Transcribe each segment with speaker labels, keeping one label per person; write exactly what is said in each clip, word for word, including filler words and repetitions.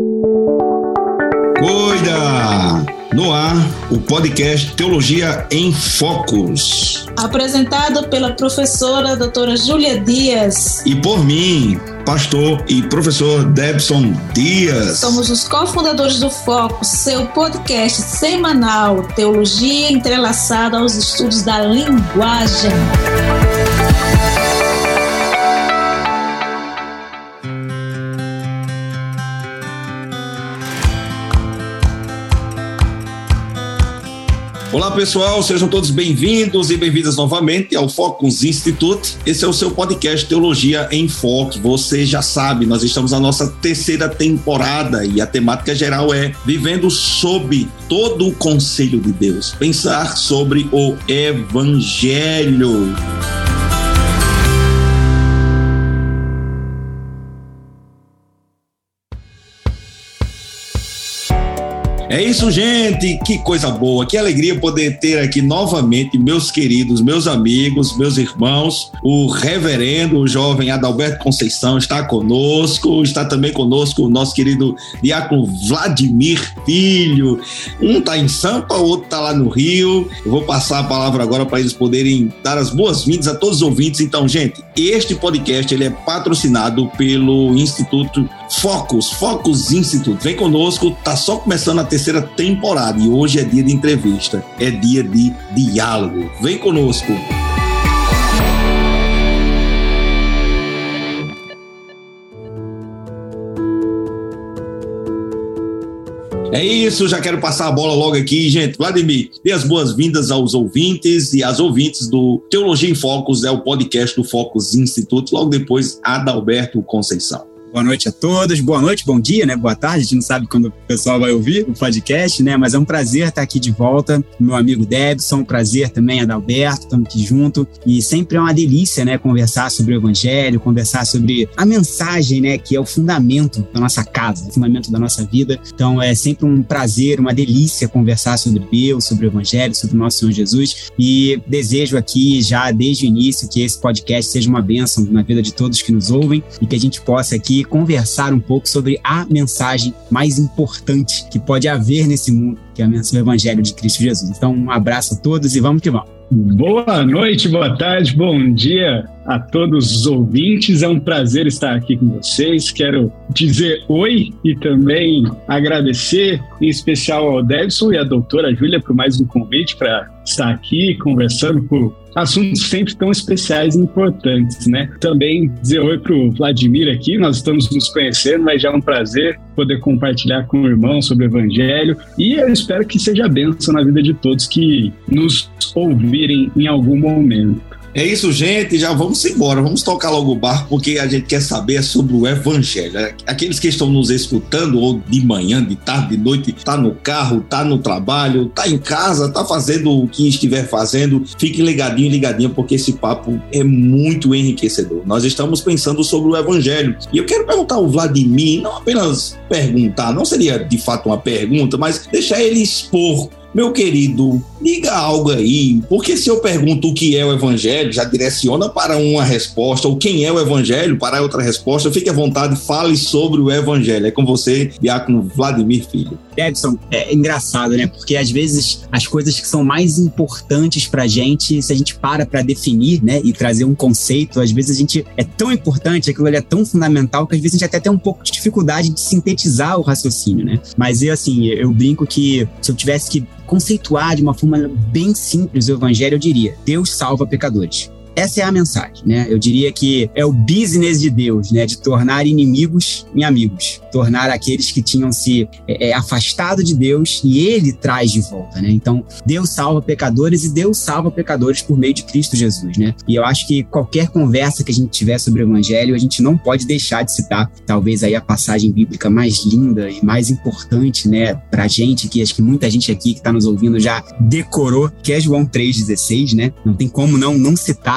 Speaker 1: Cuida! No ar, o podcast Teologia em Focos.
Speaker 2: Apresentado pela professora doutora Júlia Dias.
Speaker 1: E por mim, pastor e professor Debson Dias.
Speaker 2: Somos os cofundadores do Focos, seu podcast semanal, teologia entrelaçada aos estudos da linguagem.
Speaker 1: Olá pessoal, sejam todos bem-vindos e bem-vindas novamente ao Focus Institute. Esse é o seu podcast Teologia em Foco. Você já sabe, nós estamos na nossa terceira temporada e a temática geral é Vivendo sob todo o conselho de Deus. Pensar sobre o Evangelho. É isso, gente, que coisa boa, que alegria poder ter aqui novamente meus queridos, meus amigos, meus irmãos, o reverendo, o jovem Adalberto Conceição está conosco, está também conosco o nosso querido diácono Vladimir Filho, um está em Sampa, o outro está lá no Rio. Eu vou passar a palavra agora para eles poderem dar as boas-vindas a todos os ouvintes. Então, gente, este podcast ele é patrocinado pelo Instituto Focus, Focus Institute. Vem conosco, tá só começando a terceira temporada e hoje é dia de entrevista, é dia de diálogo. Vem conosco. É isso, já quero passar a bola logo aqui, gente. Vladimir, dê as boas-vindas aos ouvintes e às ouvintes do Teologia em Focos, é o podcast do Focus Institute, logo depois Adalberto Conceição.
Speaker 3: Boa noite a todos, boa noite, bom dia, né? Boa tarde, a gente não sabe quando o pessoal vai ouvir o podcast, né? Mas é um prazer estar aqui de volta, meu amigo Debson, um prazer também, Adalberto, estamos aqui junto, e sempre é uma delícia, né? Conversar sobre o Evangelho, conversar sobre a mensagem, né? Que é o fundamento da nossa casa, o fundamento da nossa vida. Então é sempre um prazer, uma delícia conversar sobre Deus, sobre o Evangelho, sobre o nosso Senhor Jesus, e desejo aqui já desde o início que esse podcast seja uma bênção na vida de todos que nos ouvem e que a gente possa aqui conversar um pouco sobre a mensagem mais importante que pode haver nesse mundo, que é a mensagem do Evangelho de Cristo Jesus. Então, um abraço a todos e vamos que vamos.
Speaker 4: Boa noite, boa tarde, bom dia a todos os ouvintes. É um prazer estar aqui com vocês. Quero dizer oi e também agradecer, em especial ao Debson e à doutora Júlia por mais um convite para estar aqui conversando por assuntos sempre tão especiais e importantes, né? Também dizer oi para o Vladimir aqui, nós estamos nos conhecendo, mas já é um prazer poder compartilhar com o irmão sobre o Evangelho e eu espero que seja bênção na vida de todos que nos ouvirem em algum momento.
Speaker 1: É isso, gente, já vamos embora, vamos tocar logo o barco, porque a gente quer saber sobre o Evangelho. Aqueles que estão nos escutando, ou de manhã, de tarde, de noite, tá no carro, tá no trabalho, tá em casa, tá fazendo o que estiver fazendo, fiquem ligadinho e ligadinha, porque esse papo é muito enriquecedor. Nós estamos pensando sobre o Evangelho, e eu quero perguntar ao Vladimir, não apenas perguntar, não seria de fato uma pergunta, mas deixar ele expor. Meu querido, diga algo aí, porque se eu pergunto o que é o Evangelho, já direciona para uma resposta, ou quem é o Evangelho para outra resposta. Fique à vontade, fale sobre o Evangelho. É com você, diácono Vladimir Filho.
Speaker 3: Edson, é engraçado, né? Porque às vezes as coisas que são mais importantes pra gente, se a gente para pra definir, né, e trazer um conceito, às vezes a gente é tão importante, aquilo ali é tão fundamental, que às vezes a gente até tem um pouco de dificuldade de sintetizar o raciocínio, né? Mas eu, assim, eu brinco que se eu tivesse que conceituar de uma forma bem simples o Evangelho, eu diria: Deus salva pecadores. Essa é a mensagem, né? Eu diria que é o business de Deus, né? De tornar inimigos em amigos, tornar aqueles que tinham se é, é, afastado de Deus e Ele traz de volta, né? Então, Deus salva pecadores e Deus salva pecadores por meio de Cristo Jesus, né? E eu acho que qualquer conversa que a gente tiver sobre o Evangelho, a gente não pode deixar de citar, talvez aí a passagem bíblica mais linda e mais importante, né? Pra gente, que acho que muita gente aqui que está nos ouvindo já decorou, que é João três dezesseis, né? Não tem como não, não citar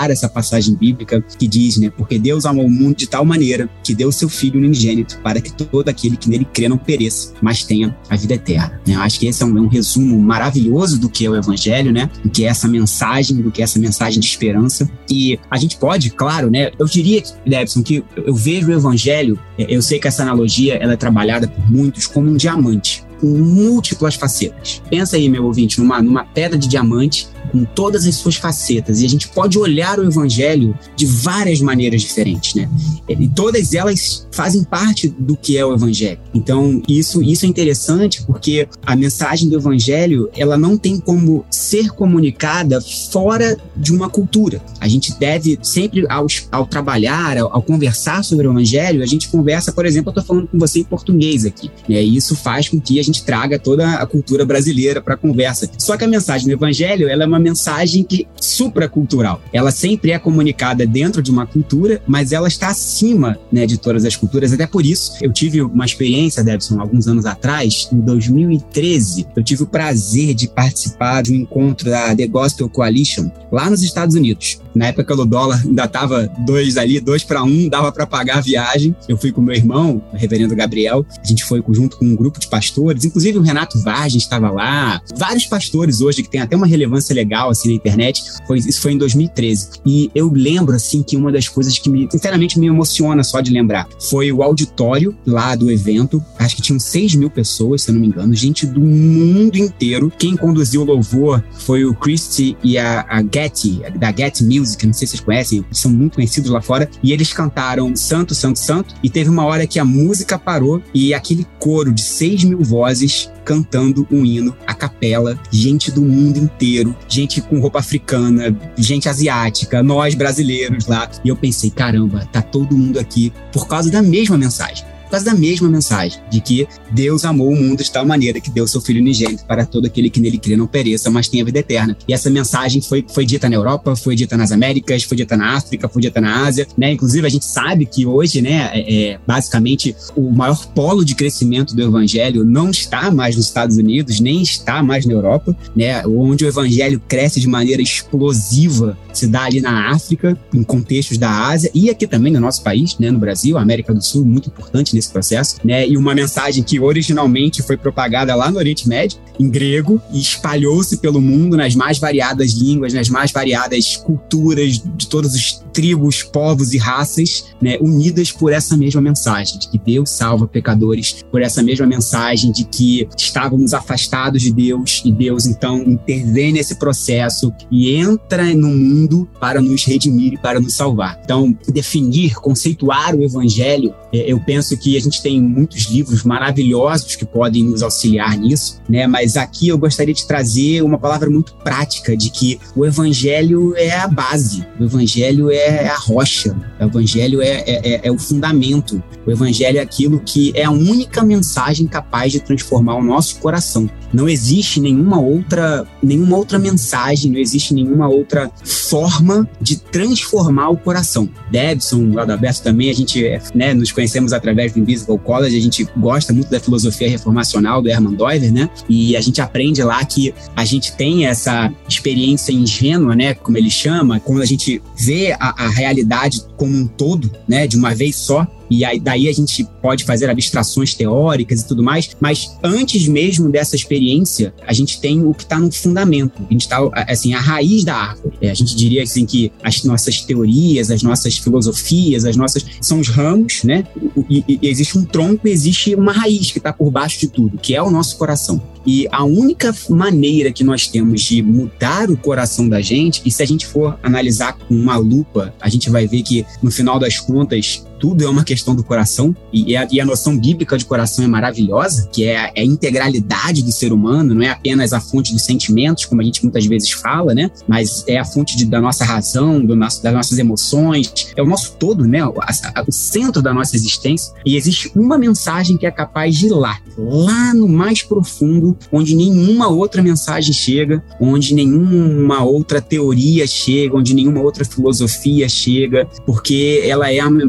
Speaker 3: clara essa passagem bíblica que diz, né, porque Deus amou o mundo de tal maneira que deu seu Filho unigênito para que todo aquele que nele crê não pereça, mas tenha a vida eterna. Eu acho que esse é um, é um resumo maravilhoso do que é o Evangelho, né, do que é essa mensagem, do que é essa mensagem de esperança. E a gente pode, claro, né, eu diria, Debson, que eu vejo o Evangelho, eu sei que essa analogia ela é trabalhada por muitos como um diamante, com múltiplas facetas. Pensa aí, meu ouvinte, numa, numa pedra de diamante com todas as suas facetas. E a gente pode olhar o Evangelho de várias maneiras diferentes, né? E todas elas fazem parte do que é o Evangelho. Então, isso, isso é interessante porque a mensagem do Evangelho, ela não tem como ser comunicada fora de uma cultura. A gente deve sempre, ao, ao trabalhar, ao, ao conversar sobre o Evangelho, a gente conversa, por exemplo, eu estou falando com você em português aqui, né? E isso faz com que a gente traga toda a cultura brasileira para a conversa. Só que a mensagem do Evangelho, ela é uma mensagem que supracultural. Ela sempre é comunicada dentro de uma cultura, mas ela está acima, né, de todas as culturas. Até por isso, eu tive uma experiência, Debson, alguns anos atrás, em dois mil e treze, eu tive o prazer de participar de um encontro da The Gospel Coalition, lá nos Estados Unidos. Na época, o dólar ainda estava dois ali, dois para um, dava para pagar a viagem. Eu fui com meu irmão, o reverendo Gabriel, a gente foi junto com um grupo de pastores, inclusive o Renato Vargas estava lá, vários pastores hoje que tem até uma relevância legal assim na internet. Foi, isso foi em dois mil e treze. E eu lembro assim que uma das coisas que me, sinceramente me emociona só de lembrar foi o auditório lá do evento. Acho que tinham seis mil pessoas, se eu não me engano, gente do mundo inteiro. Quem conduziu o louvor foi o Christy e a, a Getty, da Getty Music, não sei se vocês conhecem, são muito conhecidos lá fora, e eles cantaram Santo, Santo, Santo, e teve uma hora que a música parou e aquele coro de seis mil vozes cantando um hino a capela, gente do mundo inteiro, gente com roupa africana, gente asiática, nós brasileiros lá, e eu pensei, caramba, tá todo mundo aqui por causa da mesma mensagem. Por causa da mesma mensagem, de que Deus amou o mundo de tal maneira que deu seu Filho unigênito para todo aquele que nele crê não pereça, mas tenha vida eterna. E essa mensagem foi, foi dita na Europa, foi dita nas Américas, foi dita na África, foi dita na Ásia, né? Inclusive, a gente sabe que hoje, né, é, é, basicamente, o maior polo de crescimento do Evangelho não está mais nos Estados Unidos, nem está mais na Europa, né? Onde o Evangelho cresce de maneira explosiva se dá ali na África, em contextos da Ásia, e aqui também no nosso país, né, no Brasil, a América do Sul, muito importante nesse processo, né? E uma mensagem que originalmente foi propagada lá no Oriente Médio, em grego, e espalhou-se pelo mundo nas mais variadas línguas, nas mais variadas culturas de todas as tribos, povos e raças, né, unidas por essa mesma mensagem, de que Deus salva pecadores, por essa mesma mensagem de que estávamos afastados de Deus e Deus então intervém nesse processo e entra no mundo para nos redimir e para nos salvar. Então, definir, conceituar o Evangelho, eu penso que a gente tem muitos livros maravilhosos que podem nos auxiliar nisso, né? Mas aqui eu gostaria de trazer uma palavra muito prática de que o Evangelho é a base, o Evangelho é a rocha, o Evangelho é, é, é o fundamento, o Evangelho é aquilo que é a única mensagem capaz de transformar o nosso coração. Não existe nenhuma outra, nenhuma outra mensagem, não existe nenhuma outra forma de transformar o coração. Debson, lá da Beto também, a gente, né, nos conhecemos através do Invisible College, a gente gosta muito da filosofia reformacional do Herman Doyle, né? E a gente aprende lá que a gente tem essa experiência ingênua, né, como ele chama, quando a gente vê a, a realidade como um todo, né, de uma vez só. E aí, daí a gente pode fazer abstrações teóricas e tudo mais, mas antes mesmo dessa experiência, a gente tem o que está no fundamento, a gente está, assim, a raiz da árvore. É, a gente diria assim que as nossas teorias, as nossas filosofias, as nossas são os ramos, né? E, e, e existe um tronco e existe uma raiz que está por baixo de tudo, que é o nosso coração. E a única maneira que nós temos de mudar o coração da gente, e se a gente for analisar com uma lupa, a gente vai ver que, no final das contas, tudo é uma questão do coração, e a, e a noção bíblica de coração é maravilhosa, que é a, é a integralidade do ser humano, não é apenas a fonte dos sentimentos, como a gente muitas vezes fala, né? Mas é a fonte de, da nossa razão, do nosso, das nossas emoções, é o nosso todo, né? O, a, o centro da nossa existência. E existe uma mensagem que é capaz de ir lá, lá no mais profundo, onde nenhuma outra mensagem chega, onde nenhuma outra teoria chega, onde nenhuma outra filosofia chega, porque ela é a, a mensagem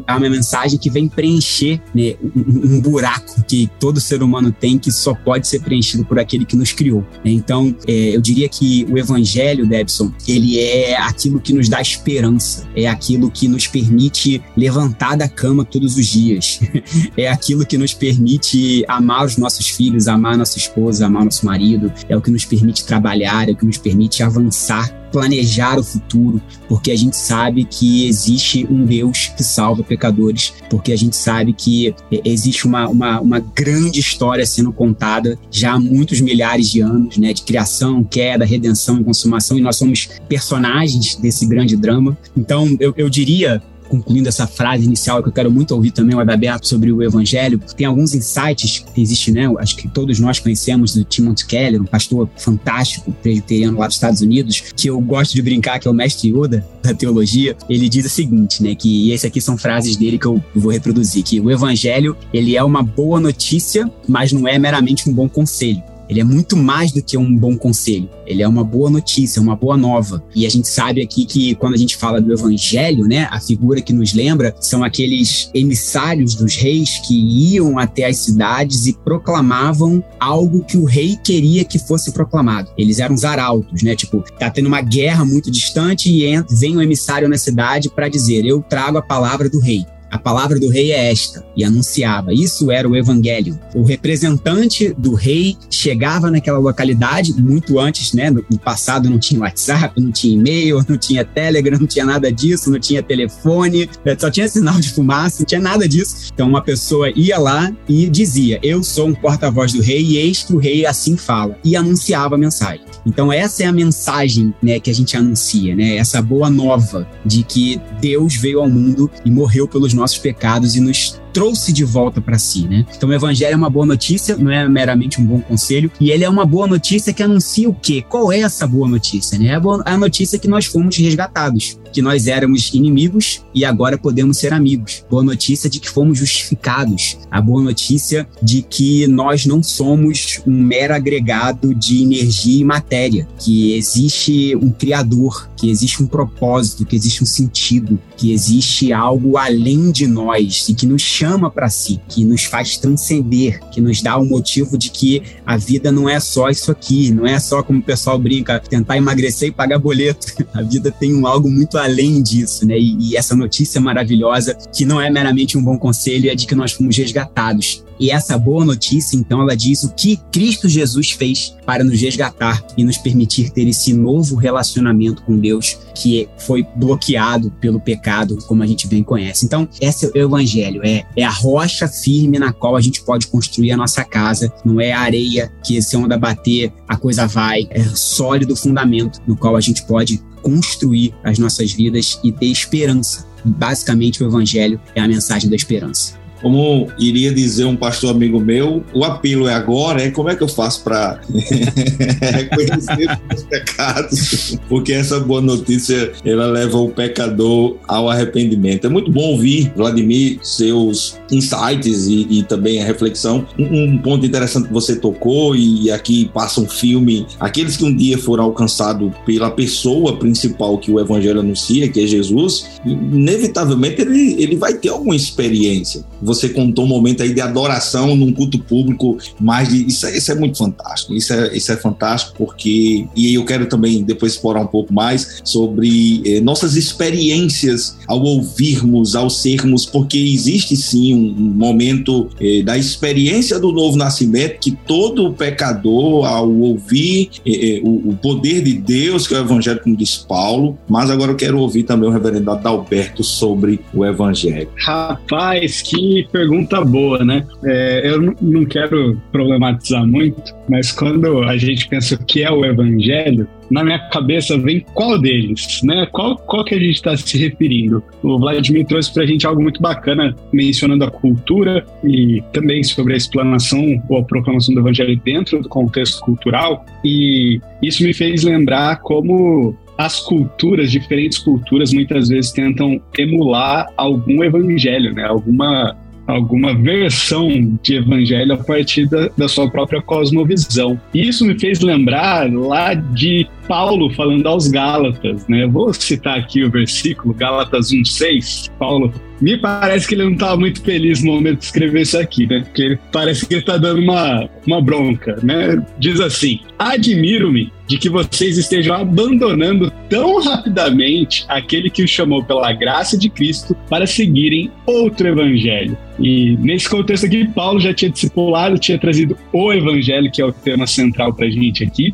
Speaker 3: mensagem que vem preencher, né, um, um buraco que todo ser humano tem, que só pode ser preenchido por aquele que nos criou. Então, é, eu diria que o Evangelho, Debson, ele é aquilo que nos dá esperança, é aquilo que nos permite levantar da cama todos os dias, é aquilo que nos permite amar os nossos filhos, amar nossa esposa, amar nosso marido, é o que nos permite trabalhar, é o que nos permite avançar, planejar o futuro, porque a gente sabe que existe um Deus que salva pecadores, porque a gente sabe que existe uma, uma, uma grande história sendo contada já há muitos milhares de anos, né, de criação, queda, redenção e consumação, e nós somos personagens desse grande drama. Então, eu, eu diria, concluindo essa frase inicial, que eu quero muito ouvir também o Adalberto sobre o Evangelho, tem alguns insights que existem, né? Acho que todos nós conhecemos do Timothy Keller, um pastor fantástico, presbiteriano lá dos Estados Unidos, que eu gosto de brincar que é o mestre Yoda da teologia. Ele diz o seguinte, né? Que, e esse aqui são frases dele que eu vou reproduzir, que o Evangelho, ele é uma boa notícia, mas não é meramente um bom conselho. Ele é muito mais do que um bom conselho. Ele é uma boa notícia, uma boa nova. E a gente sabe aqui que quando a gente fala do Evangelho, né, a figura que nos lembra são aqueles emissários dos reis que iam até as cidades e proclamavam algo que o rei queria que fosse proclamado. Eles eram os arautos, né? Tipo, tá tendo uma guerra muito distante e vem um emissário na cidade para dizer: eu trago a palavra do rei. A palavra do rei é esta, e anunciava. Isso era o Evangelho. O representante do rei chegava naquela localidade muito antes, né? No passado não tinha WhatsApp, não tinha e-mail, não tinha Telegram, não tinha nada disso, não tinha telefone, só tinha sinal de fumaça, não tinha nada disso. Então uma pessoa ia lá e dizia: eu sou um porta-voz do rei e eis que o rei assim fala, e anunciava a mensagem. Então essa é a mensagem, né, que a gente anuncia, né? Essa boa nova de que Deus veio ao mundo e morreu pelos nossos pecados e nos trouxe de volta para si, né? Então o Evangelho é uma boa notícia, não é meramente um bom conselho, e ele é uma boa notícia que anuncia o quê? Qual é essa boa notícia, né? É a, boa, a notícia que nós fomos resgatados, que nós éramos inimigos e agora podemos ser amigos. Boa notícia de que fomos justificados. A boa notícia de que nós não somos um mero agregado de energia e matéria, que existe um Criador, que existe um propósito, que existe um sentido, que existe algo além de nós e que nos chama para si, que nos faz transcender, que nos dá o motivo de que a vida não é só isso aqui, não é só, como o pessoal brinca, tentar emagrecer e pagar boleto. A vida tem um algo muito além disso, né? E, e essa notícia maravilhosa, que não é meramente um bom conselho, é de que nós fomos resgatados. E essa boa notícia, então, ela diz o que Cristo Jesus fez para nos resgatar e nos permitir ter esse novo relacionamento com Deus que foi bloqueado pelo pecado, como a gente bem conhece. Então, esse é o Evangelho, é, é a rocha firme na qual a gente pode construir a nossa casa, não é a areia que se onda bater, a coisa vai, é sólido fundamento no qual a gente pode construir as nossas vidas e ter esperança. Basicamente, o Evangelho é a mensagem da esperança.
Speaker 1: Como iria dizer um pastor amigo meu, o apelo é agora, é como é que eu faço para reconhecer os meus pecados? Porque essa boa notícia, ela leva o pecador ao arrependimento. É muito bom ouvir, Vladimir, seus insights e, e também a reflexão. Um, um ponto interessante que você tocou, e aqui passa um filme, aqueles que um dia foram alcançados pela pessoa principal que o Evangelho anuncia, que é Jesus, inevitavelmente ele, ele vai ter alguma experiência. Você contou um momento aí de adoração num culto público, mas de, isso, isso é muito fantástico, isso é, isso é fantástico porque, e eu quero também depois explorar um pouco mais sobre eh, nossas experiências ao ouvirmos, ao sermos, porque existe sim um, um momento eh, da experiência do novo nascimento que todo pecador, ao ouvir eh, o, o poder de Deus, que é o Evangelho, como diz Paulo, mas agora eu quero ouvir também o reverendo Adalberto sobre o Evangelho.
Speaker 4: Rapaz, que pergunta boa, né? É, eu não quero problematizar muito, mas quando a gente pensa o que é o Evangelho, na minha cabeça vem qual deles, né? Qual, qual que a gente está se referindo? O Vladimir trouxe para a gente algo muito bacana, mencionando a cultura e também sobre a explanação ou a proclamação do Evangelho dentro do contexto cultural, e isso me fez lembrar como as culturas, diferentes culturas, muitas vezes tentam emular algum evangelho, né? Alguma, alguma versão de evangelho a partir da, da sua própria cosmovisão. E isso me fez lembrar lá de Paulo falando aos Gálatas, né? Vou citar aqui o versículo, Gálatas um, seis. Paulo me parece que ele não estava muito feliz no momento de escrever isso aqui, né? Porque ele, parece que ele está dando uma, uma bronca, né? Diz assim: admiro-me de que vocês estejam abandonando tão rapidamente aquele que os chamou pela graça de Cristo para seguirem outro evangelho. E nesse contexto aqui, Paulo já tinha discipulado, tinha trazido o evangelho, que é o tema central para a gente aqui,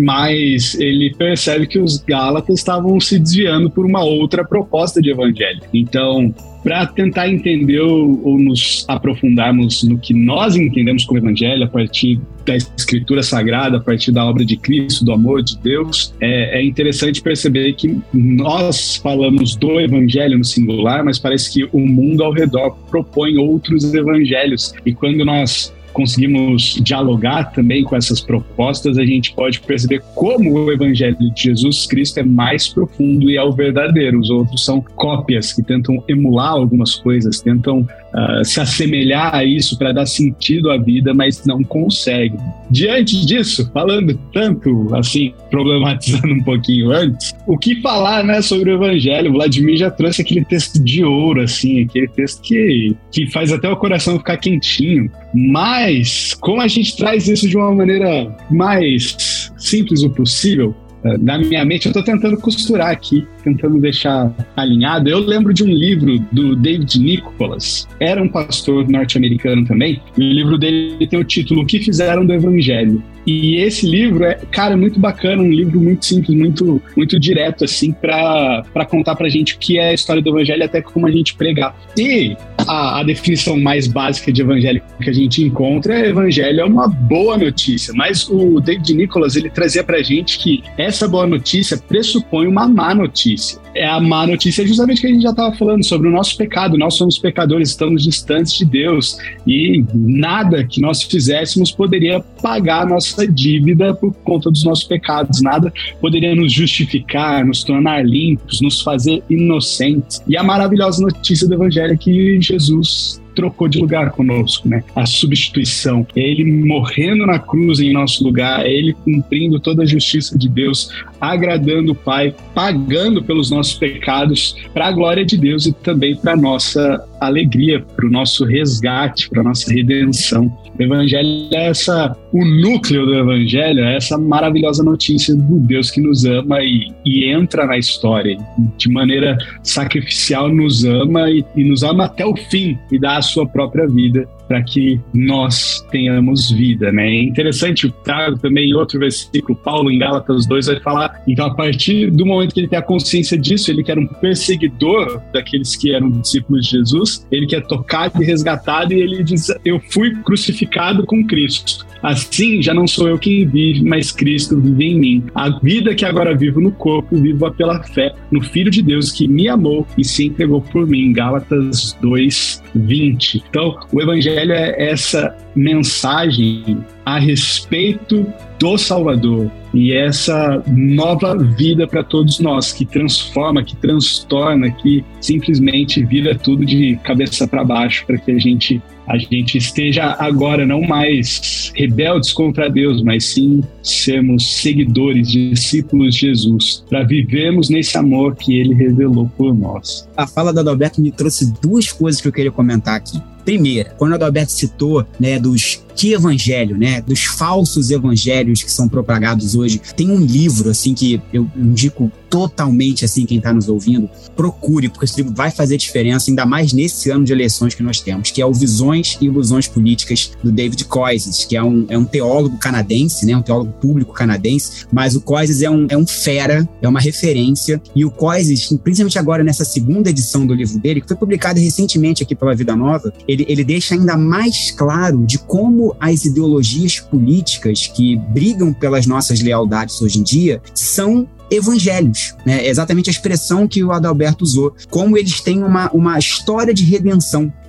Speaker 4: mas ele percebe que os Gálatas estavam se desviando por uma outra proposta de evangelho. Então, para tentar entender ou, ou nos aprofundarmos no que nós entendemos como evangelho, a partir da Escritura Sagrada, a partir da obra de Cristo, do amor de Deus, é, é interessante perceber que nós falamos do evangelho no singular, mas parece que o mundo ao redor propõe outros evangelhos. E quando nós conseguimos dialogar também com essas propostas, a gente pode perceber como o evangelho de Jesus Cristo é mais profundo e é o verdadeiro. Os outros são cópias que tentam emular algumas coisas, tentam uh, se assemelhar a isso para dar sentido à vida, mas não conseguem. Diante disso, falando tanto assim, problematizando um pouquinho antes, o que falar, né, sobre o evangelho? O Vladimir já trouxe aquele texto de ouro, assim, aquele texto que, que faz até o coração ficar quentinho. Mas, como a gente traz isso de uma maneira mais simples o possível, na minha mente, eu estou tentando costurar aqui, tentando deixar alinhado. Eu lembro de um livro do David Nicholas, era um pastor norte-americano também, e o livro dele tem o título O que Fizeram do Evangelho. E esse livro é, cara, muito bacana, um livro muito simples, muito, muito direto, assim, para contar pra gente o que é a história do evangelho, até como a gente pregar. E a, a definição mais básica de evangelho que a gente encontra é: evangelho é uma boa notícia. Mas o David Nicholas, ele trazia pra gente que essa boa notícia pressupõe uma má notícia. É a má notícia é justamente que a gente já estava falando sobre o nosso pecado. Nós somos pecadores, estamos distantes de Deus, e nada que nós fizéssemos poderia pagar a nossa dívida por conta dos nossos pecados. Nada poderia nos justificar, nos tornar limpos, nos fazer inocentes. E a maravilhosa notícia do evangelho é que Jesus trocou de lugar conosco, né? A substituição, é Ele morrendo na cruz em nosso lugar, é Ele cumprindo toda a justiça de Deus, agradando o Pai, pagando pelos nossos pecados, para a glória de Deus e também para a nossa alegria, para o nosso resgate, para a nossa redenção. O evangelho é essa, o núcleo do evangelho é essa maravilhosa notícia do Deus que nos ama e, e entra na história, de maneira sacrificial nos ama e, e nos ama até o fim e dá a sua própria vida para que nós tenhamos vida, né? É interessante, eu trago também outro versículo, Paulo em Gálatas dois vai falar, então a partir do momento que ele tem a consciência disso, ele que era um perseguidor daqueles que eram discípulos de Jesus, ele que é tocado e resgatado, e ele diz: eu fui crucificado com Cristo. Assim, já não sou eu quem vive, mas Cristo vive em mim. A vida que agora vivo no corpo, vivo pela fé no Filho de Deus que me amou e se entregou por mim. Gálatas dois, vinte. Então, o Evangelho é essa mensagem a respeito do Salvador e essa nova vida para todos nós, que transforma, que transtorna, que simplesmente vira tudo de cabeça para baixo, para que a gente, a gente esteja agora não mais rebeldes contra Deus, mas sim sermos seguidores, discípulos de Jesus, para vivermos nesse amor que Ele revelou por nós.
Speaker 3: A fala do Adalberto me trouxe duas coisas que eu queria comentar aqui. Primeira, quando o Adalberto citou, né, dos que evangelho, né, dos falsos evangelhos que são propagados hoje, tem um livro, assim, que eu indico totalmente, assim, quem está nos ouvindo, procure, porque esse livro vai fazer diferença, ainda mais nesse ano de eleições que nós temos, que é o Visões e Ilusões Políticas, do David Koyzis, que é um, é um teólogo canadense, né, um teólogo público canadense, mas o Koyzis é um, é um fera, é uma referência, e o Koyzis, principalmente agora nessa segunda edição do livro dele, que foi publicada recentemente aqui pela Vida Nova, ele, ele deixa ainda mais claro de como as ideologias políticas que brigam pelas nossas lealdades hoje em dia são evangelhos, né? É exatamente a expressão que o Adalberto usou, como eles têm uma, uma história de redenção,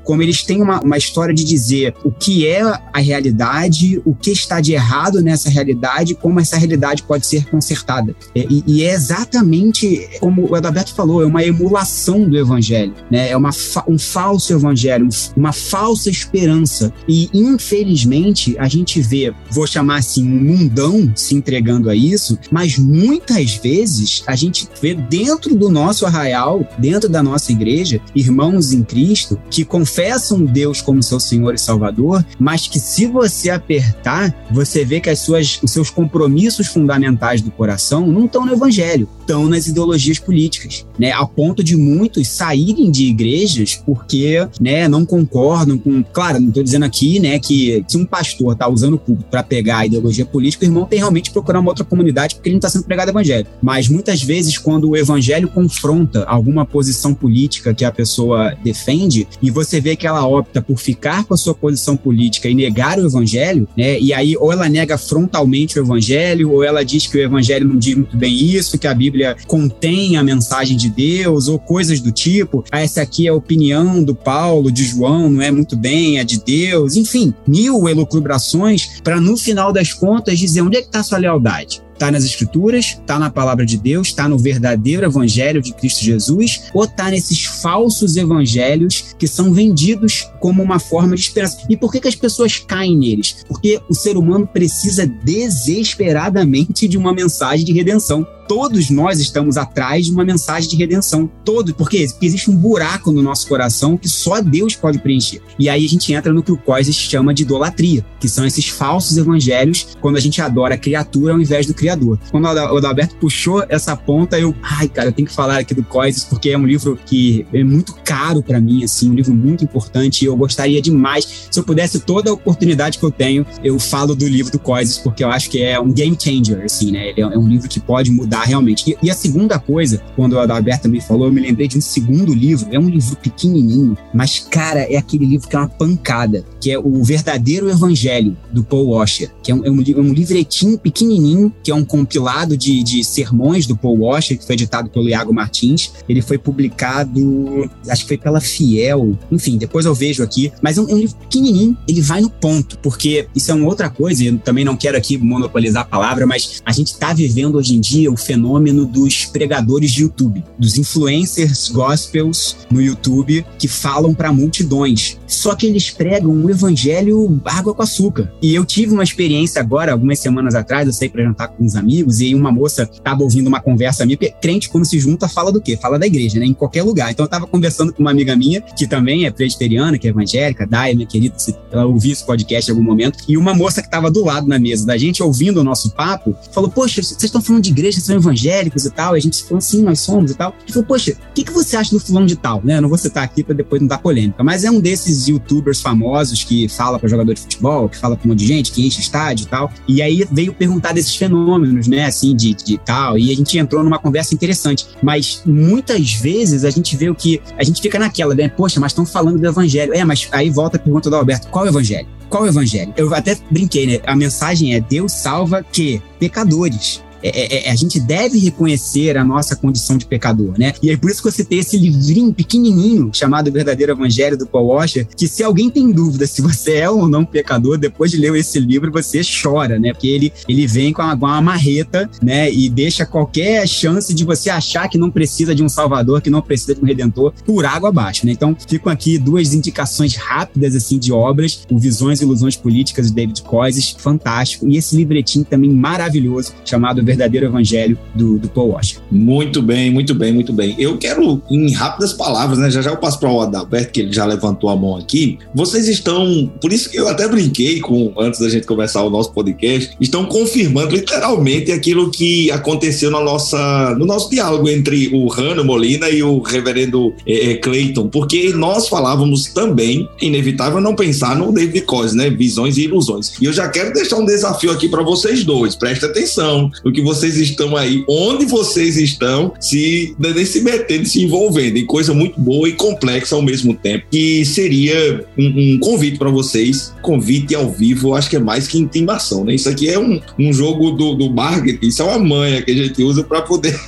Speaker 3: como eles têm uma, uma história de dizer o que é a realidade, o que está de errado nessa realidade, como essa realidade pode ser consertada. E, e é exatamente como o Adalberto falou, é uma emulação do evangelho, né? É uma, um falso evangelho, uma falsa esperança. E, infelizmente, a gente vê, vou chamar assim, um mundão se entregando a isso, mas muitas vezes a gente vê dentro do nosso arraial, dentro da nossa igreja, irmãos em Cristo que confessam Deus como seu Senhor e Salvador, mas que se você apertar, você vê que as suas, os seus compromissos fundamentais do coração não estão no evangelho, estão nas ideologias políticas, né? Ao ponto de muitos saírem de igrejas porque, né, não concordam com... Claro, não estou dizendo aqui, né, que se um pastor está usando o público para pegar a ideologia política, o irmão tem realmente que procurar uma outra comunidade porque ele não está sendo pregado evangelho. Mas muitas vezes, quando o evangelho confronta alguma posição política que a pessoa defende e você vê que ela opta por ficar com a sua posição política e negar o evangelho, né, e aí ou ela nega frontalmente o evangelho, ou ela diz que o evangelho não diz muito bem isso, que a Bíblia contém a mensagem de Deus, ou coisas do tipo, ah, essa aqui é a opinião do Paulo, de João, não é muito bem, é de Deus, enfim, mil elucubrações para no final das contas dizer onde é que está a sua lealdade. Está nas Escrituras, está na Palavra de Deus, está no verdadeiro Evangelho de Cristo Jesus, ou está nesses falsos evangelhos que são vendidos como uma forma de esperança. E por que que as pessoas caem neles? Porque o ser humano precisa desesperadamente de uma mensagem de redenção. Todos nós estamos atrás de uma mensagem de redenção. Todos, porque existe um buraco no nosso coração que só Deus pode preencher. E aí a gente entra no que o Coises chama de idolatria, que são esses falsos evangelhos, quando a gente adora a criatura ao invés do Criador. Quando o Adalberto puxou essa ponta, eu... Ai, cara, eu tenho que falar aqui do Coises, porque é um livro que é muito caro para mim, assim, um livro muito importante, e eu gostaria demais, se eu pudesse, toda a oportunidade que eu tenho, eu falo do livro do Coises, porque eu acho que é um game changer, assim, né? Ele é um livro que pode mudar realmente. E, e a segunda coisa, quando o Adalberto me falou, eu me lembrei de um segundo livro, é um livro pequenininho, mas, cara, é aquele livro que é uma pancada, que é o Verdadeiro Evangelho, do Paul Washer, que é um, é um, é um livretinho pequenininho, que é um compilado de, de sermões do Paul Washer, que foi editado pelo Iago Martins. Ele foi publicado, acho que foi pela Fiel, enfim, depois eu vejo aqui, mas é um, é um livro pequenininho, ele vai no ponto, porque isso é uma outra coisa, eu também não quero aqui monopolizar a palavra, mas a gente está vivendo hoje em dia o fenômeno dos pregadores de YouTube, dos influencers gospels no YouTube que falam para multidões, só que eles pregam um evangelho água com açúcar. E eu tive uma experiência agora, algumas semanas atrás, eu saí para jantar com uns amigos e uma moça estava ouvindo uma conversa minha, porque crente quando se junta fala do quê? Fala da igreja, né? Em qualquer lugar. Então eu estava conversando com uma amiga minha, que também é presbiteriana, que é evangélica, Daya, minha querida, se ela ouvir esse podcast em algum momento, e uma moça que estava do lado na mesa da gente, ouvindo o nosso papo, falou, poxa, vocês estão falando de igreja, vocês são evangélicos e tal, e a gente falou, sim, nós somos e tal. E falou, poxa, o que, que você acha do fulano de tal, né? Eu não vou citar aqui para depois não dar polêmica, mas é um desses youtubers famosos que fala para jogador de futebol, que fala para um monte de gente, que enche estádio e tal, e aí veio perguntar desses fenômenos, né, assim, de, de tal, e a gente entrou numa conversa interessante, mas muitas vezes a gente vê o que, a gente fica naquela, né, poxa, mas estão falando do evangelho, é, mas aí volta a pergunta do Alberto, qual é o evangelho? Qual é o evangelho? Eu até brinquei, né, a mensagem é, Deus salva que? Pecadores. É, é, a gente deve reconhecer a nossa condição de pecador, né? E é por isso que eu citei esse livrinho pequenininho chamado Verdadeiro Evangelho do Paul Washer, que se alguém tem dúvida se você é ou não pecador, depois de ler esse livro você chora, né? Porque ele, ele vem com uma, com uma marreta, né? E deixa qualquer chance de você achar que não precisa de um salvador, que não precisa de um redentor, por água abaixo, né? Então ficam aqui duas indicações rápidas, assim, de obras, o Visões e Ilusões Políticas de David Coises, fantástico, e esse livretinho também maravilhoso, chamado Verdadeiro Evangelho do, do Paul Washer.
Speaker 1: Muito bem, muito bem, muito bem. Eu quero, em rápidas palavras, né? Já já eu passo para o Adalberto, que ele já levantou a mão aqui. Vocês estão, por isso que eu até brinquei com, antes da gente começar o nosso podcast, estão confirmando literalmente aquilo que aconteceu na nossa, no nosso diálogo entre o Rano Molina e o reverendo é, Clayton, porque nós falávamos também, inevitável não pensar no David Coises, né? Visões e Ilusões. E eu já quero deixar um desafio aqui para vocês dois. Presta atenção no que vocês estão aí, onde vocês estão se, se metendo, se envolvendo em coisa muito boa e complexa ao mesmo tempo, que seria um, um convite para vocês, convite ao vivo, acho que é mais que intimação, né? Isso aqui é um, um jogo do, do marketing, isso é uma manha que a gente usa para poder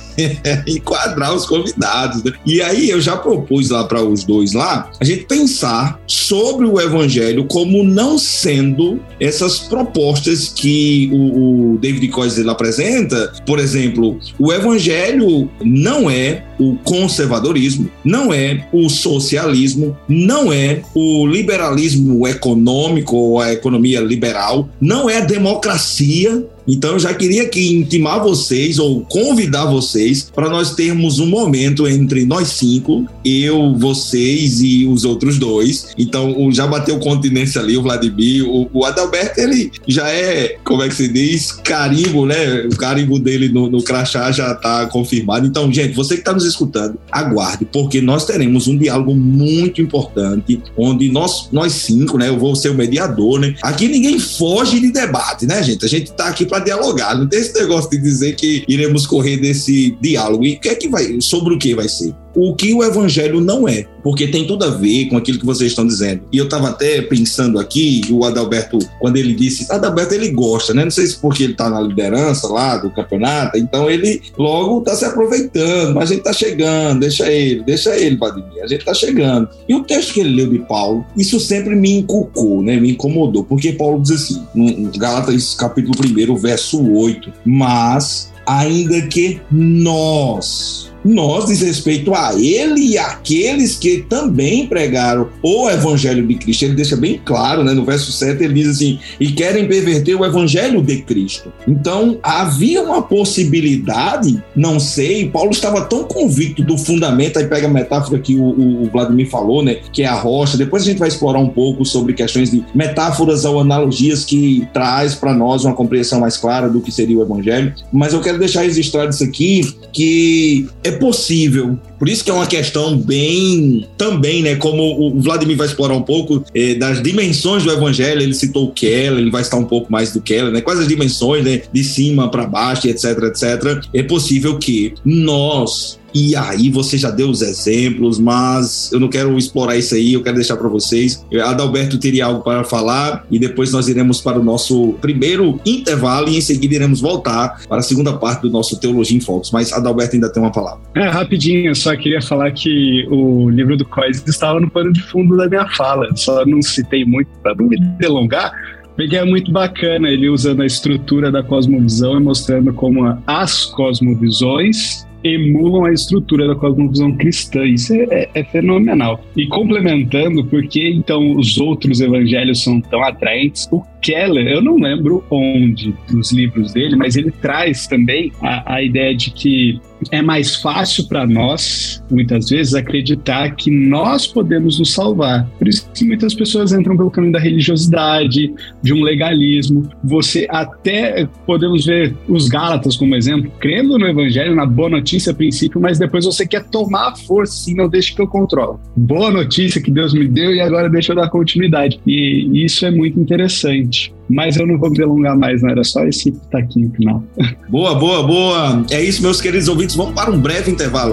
Speaker 1: enquadrar os convidados, né? E aí eu já propus lá para os dois lá, a gente pensar sobre o evangelho como não sendo essas propostas que o, o David Koyes ele apresenta. Por exemplo, o evangelho não é o conservadorismo, não é o socialismo, não é o liberalismo econômico ou a economia liberal, não é a democracia. Então eu já queria aqui intimar vocês ou convidar vocês para nós termos um momento entre nós cinco, eu, vocês e os outros dois. Então já bateu continência ali, o Vladimir, o, o Adalberto, ele já é, como é que se diz, carimbo, né? O carimbo dele no, no crachá já está confirmado. Então, gente, você que está nos escutando, aguarde, porque nós teremos um diálogo muito importante, onde nós, nós cinco, né? Eu vou ser o mediador, né? Aqui ninguém foge de debate, né, gente? A gente está aqui para dialogar, não tem esse negócio de dizer que iremos correr desse diálogo. E o que é que vai, sobre o que vai ser? O que o evangelho não é, porque tem tudo a ver com aquilo que vocês estão dizendo. E eu estava até pensando aqui, o Adalberto, quando ele disse, Adalberto ele gosta, né? Não sei se porque ele está na liderança lá do campeonato, então ele logo está se aproveitando, mas a gente está chegando, deixa ele, deixa ele, Vladimir, a gente está chegando. E o texto que ele leu de Paulo, isso sempre me inculcou, né? Me incomodou, porque Paulo diz assim, no Gálatas capítulo um, verso oito, mas ainda que nós... Nós diz respeito a ele e àqueles que também pregaram o evangelho de Cristo. Ele deixa bem claro, né? No verso sete ele diz assim, e querem perverter o evangelho de Cristo. Então havia uma possibilidade, não sei, Paulo estava tão convicto do fundamento, aí pega a metáfora que o, o, o Vladimir falou, né? Que é a rocha. Depois a gente vai explorar um pouco sobre questões de metáforas ou analogias que traz para nós uma compreensão mais clara do que seria o evangelho. Mas eu quero deixar registrado isso aqui, que é possível. Por isso que é uma questão bem, também, né, como o Vladimir vai explorar um pouco é, das dimensões do evangelho, ele citou o Keller, ele vai estar um pouco mais do Keller, né, quais as dimensões, né, de cima para baixo, etc, etc. É possível que nós, e aí você já deu os exemplos, mas eu não quero explorar isso aí, eu quero deixar para vocês. Adalberto teria algo para falar e depois nós iremos para o nosso primeiro intervalo e em seguida iremos voltar para a segunda parte do nosso Teologia em Focos. Mas Adalberto ainda tem uma palavra.
Speaker 4: É, rapidinho, eu só queria falar que o livro do Koyes estava no pano de fundo da minha fala, só não citei muito para não me delongar, porque é muito bacana ele usando a estrutura da cosmovisão e mostrando como as cosmovisões emulam a estrutura da cosmovisão cristã. Isso é, é, é fenomenal. E complementando, porque então os outros evangelhos são tão atraentes, o Keller, eu não lembro onde dos livros dele, mas ele traz também a, a ideia de que é mais fácil para nós, muitas vezes, acreditar que nós podemos nos salvar. Por isso que muitas pessoas entram pelo caminho da religiosidade, de um legalismo. Você até, podemos ver os Gálatas como exemplo, crendo no evangelho, na boa notícia a princípio, mas depois você quer tomar a força, assim, não deixa que eu controlo. Boa notícia que Deus me deu e agora deixa eu dar continuidade. E isso é muito interessante. Mas eu não vou me delongar mais, não era só esse taquinho final.
Speaker 1: Boa, boa, boa. É isso, meus queridos ouvintes. Vamos para um breve intervalo.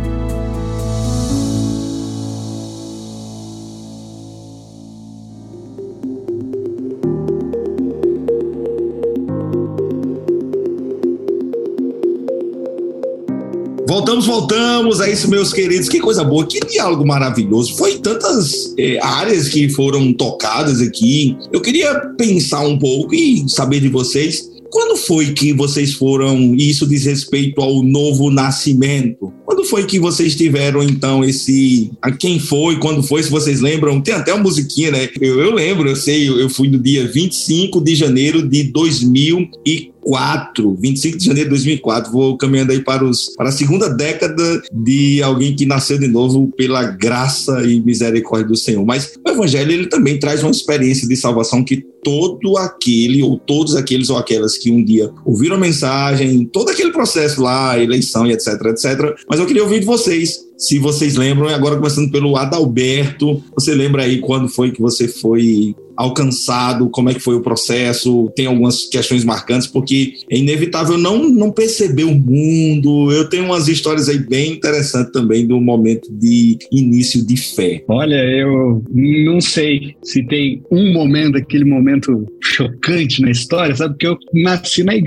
Speaker 1: Voltamos, voltamos, é isso, meus queridos, que coisa boa, que diálogo maravilhoso, foi tantas é, áreas que foram tocadas aqui. Eu queria pensar um pouco e saber de vocês, quando foi que vocês foram, e isso diz respeito ao novo nascimento, quando foi que vocês tiveram então esse, a quem foi, quando foi, se vocês lembram, tem até uma musiquinha, né, eu, eu lembro, eu sei, eu fui no dia vinte e cinco de janeiro de dois mil e quatro, vinte e cinco de janeiro de dois mil e quatro, vou caminhando aí para, os, para a segunda década de alguém que nasceu de novo pela graça e misericórdia do Senhor. Mas o Evangelho, ele também traz uma experiência de salvação que todo aquele, ou todos aqueles ou aquelas que um dia ouviram a mensagem, todo aquele processo lá, eleição e etc, etc. Mas eu queria ouvir de vocês, se vocês lembram, e agora começando pelo Adalberto, você lembra aí quando foi que você foi alcançado, como é que foi o processo? Tem algumas questões marcantes, porque é inevitável não, não perceber o mundo. Eu tenho umas histórias aí bem interessantes também do momento de início de fé.
Speaker 4: Olha, eu não sei se tem um momento, aquele momento chocante na história, sabe? Porque eu nasci na igreja.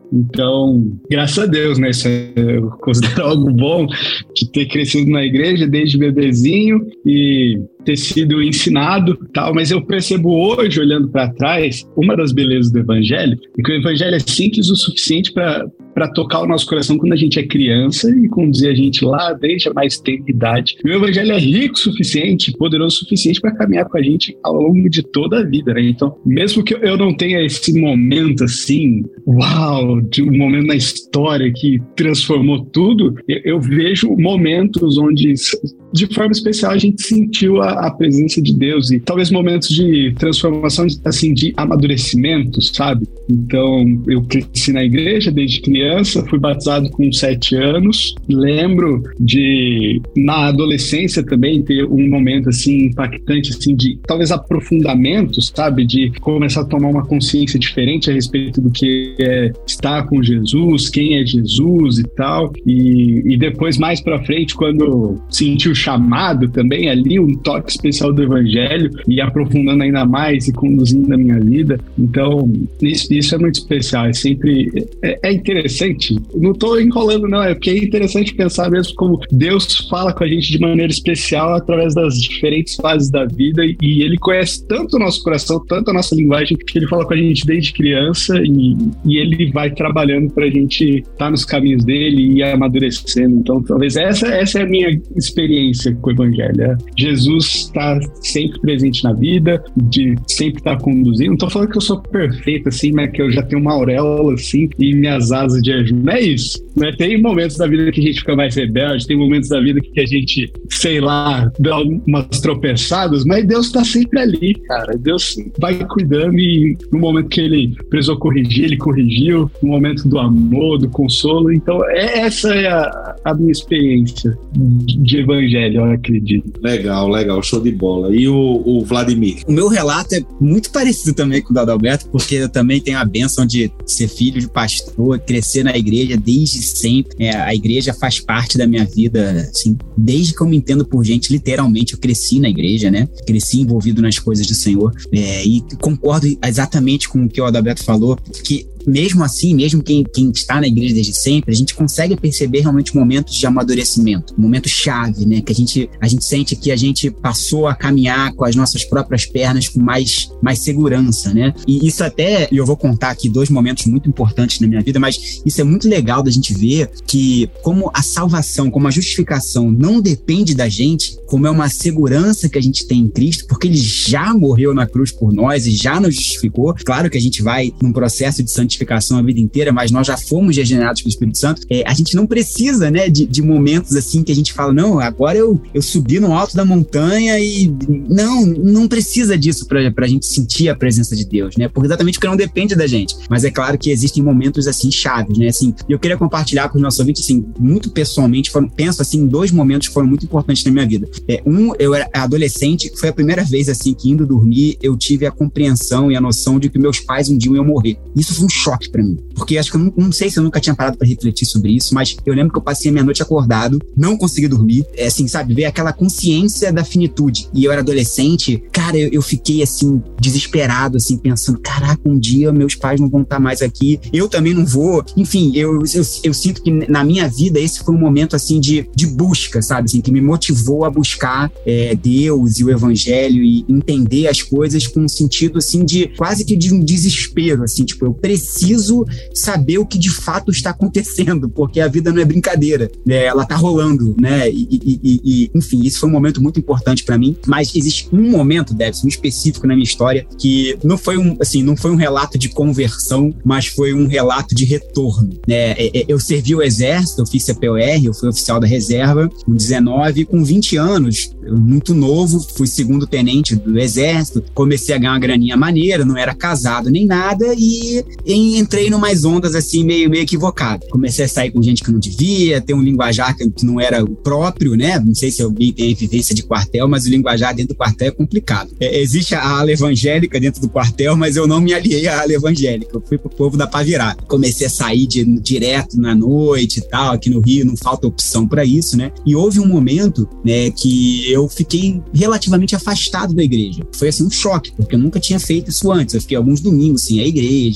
Speaker 4: Então, graças a Deus, né? Isso eu considero algo bom de ter crescido na igreja desde bebezinho e ter sido ensinado e tal, mas eu percebo hoje, olhando para trás, uma das belezas do evangelho é que o evangelho é simples o suficiente para para tocar o nosso coração quando a gente é criança e conduzir a gente lá desde a mais tenra idade. E o evangelho é rico o suficiente, poderoso o suficiente para caminhar com a gente ao longo de toda a vida, né? Então, mesmo que eu não tenha esse momento assim, uau, de um momento na história que transformou tudo, eu, eu vejo momentos onde, de forma especial, a gente sentiu a, a presença de Deus e talvez momentos de transformação, assim, de amadurecimento, sabe? Então, eu cresci na igreja desde criança, fui batizado com sete anos. Lembro de, na adolescência também, ter um momento assim impactante, assim, de talvez aprofundamento, sabe? De começar a tomar uma consciência diferente a respeito do que é estar com Jesus, quem é Jesus e tal. E, e depois, mais pra frente, quando senti o chamado também ali, um toque especial do evangelho e aprofundando ainda mais e conduzindo a minha vida. Então, isso, isso é muito especial. É sempre... É, é interessante. Não estou enrolando, não. É porque é interessante pensar mesmo como Deus fala com a gente de maneira especial através das diferentes fases da vida e, e Ele conhece tanto o nosso coração, tanto a nossa linguagem, que Ele fala com a gente desde criança e, e Ele vai trabalhando para a gente estar tá nos caminhos dEle e ir amadurecendo. Então, talvez essa, essa é a minha experiência com o Evangelho. É Jesus está sempre presente na vida, de sempre estar tá conduzindo. Não estou falando que eu sou perfeito, assim, mas que eu já tenho uma auréola, assim, e minhas asas de anjo. Não é isso. Né? Tem momentos da vida que a gente fica mais rebelde, tem momentos da vida que a gente, sei lá, dá umas tropeçadas, mas Deus tá sempre ali, cara. Deus vai cuidando e no momento que Ele precisou corrigir, Ele corrigiu, no momento do amor, do consolo. Então, é, essa é a, a minha experiência de evangelho, eu acredito.
Speaker 1: Legal, legal, show de bola. E o, o Vladimir?
Speaker 3: O meu relato é muito parecido também com o do Adalberto, porque eu também tenho a bênção de ser filho de pastor, crescer na igreja desde sempre. É, a igreja faz parte da minha vida, assim, desde que eu me entendo por gente, literalmente eu cresci na igreja, né? Cresci envolvido nas coisas do Senhor. É, e concordo exatamente com o que o Adalberto falou, que mesmo assim, mesmo quem, quem está na igreja desde sempre, a gente consegue perceber realmente momentos de amadurecimento, momentos chave, né? Que a gente, a gente sente que a gente passou a caminhar com as nossas próprias pernas com mais, mais segurança, né? E isso até, eu vou contar aqui dois momentos muito importantes na minha vida, mas isso é muito legal da gente ver que como a salvação, como a justificação não depende da gente, como é uma segurança que a gente tem em Cristo, porque Ele já morreu na cruz por nós e já nos justificou. Claro que a gente vai num processo de santificação a vida inteira, mas nós já fomos regenerados pelo Espírito Santo. É, a gente não precisa, né, de, de momentos assim que a gente fala, não, agora eu, eu subi no alto da montanha e não, não precisa disso pra, pra gente sentir a presença de Deus, né, porque exatamente porque não depende da gente, mas é claro que existem momentos assim chaves, né, assim, eu queria compartilhar com os nossos ouvintes, assim, muito pessoalmente, foram, penso assim, em dois momentos que foram muito importantes na minha vida. É, um, eu era adolescente, foi a primeira vez assim que indo dormir, eu tive a compreensão e a noção de que meus pais um dia iam morrer. Isso foi um choque pra mim, porque acho que eu não, não sei se eu nunca tinha parado pra refletir sobre isso, mas eu lembro que eu passei a minha noite acordado, não consegui dormir, é assim, sabe, ver aquela consciência da finitude, e eu era adolescente, cara, eu, eu fiquei assim, desesperado, assim, pensando, caraca, um dia meus pais não vão estar mais aqui, eu também não vou, enfim, eu, eu, eu sinto que na minha vida esse foi um momento, assim, de, de busca, sabe, assim, que me motivou a buscar é, Deus e o Evangelho e entender as coisas com um sentido, assim, de quase que de um desespero, assim, tipo, eu preciso preciso saber o que de fato está acontecendo, porque a vida não é brincadeira, né? Ela tá rolando, né? E, e, e, enfim, isso foi um momento muito importante para mim, mas existe um momento, Devson, um específico na minha história, que não foi um, assim, não foi um relato de conversão, mas foi um relato de retorno, né? Eu servi o exército, eu fiz C P O R, eu fui oficial da reserva, com dezenove, com vinte anos, muito novo, fui segundo tenente do exército, comecei a ganhar uma graninha maneira, não era casado nem nada, e em entrei numas ondas assim meio, meio equivocado. Comecei a sair com gente que não devia, ter um linguajar que não era o próprio, né? Não sei se alguém tem vivência de quartel, mas o linguajar dentro do quartel é complicado. É, existe a ala evangélica dentro do quartel, mas eu não me aliei à ala evangélica. Eu fui pro povo da pá virada. Comecei a sair de, direto na noite e tal. Aqui no Rio não falta opção para isso, né? E houve um momento, né, que eu fiquei relativamente afastado da igreja. Foi assim um choque, porque eu nunca tinha feito isso antes. Eu fiquei alguns domingos sem a igreja e tal.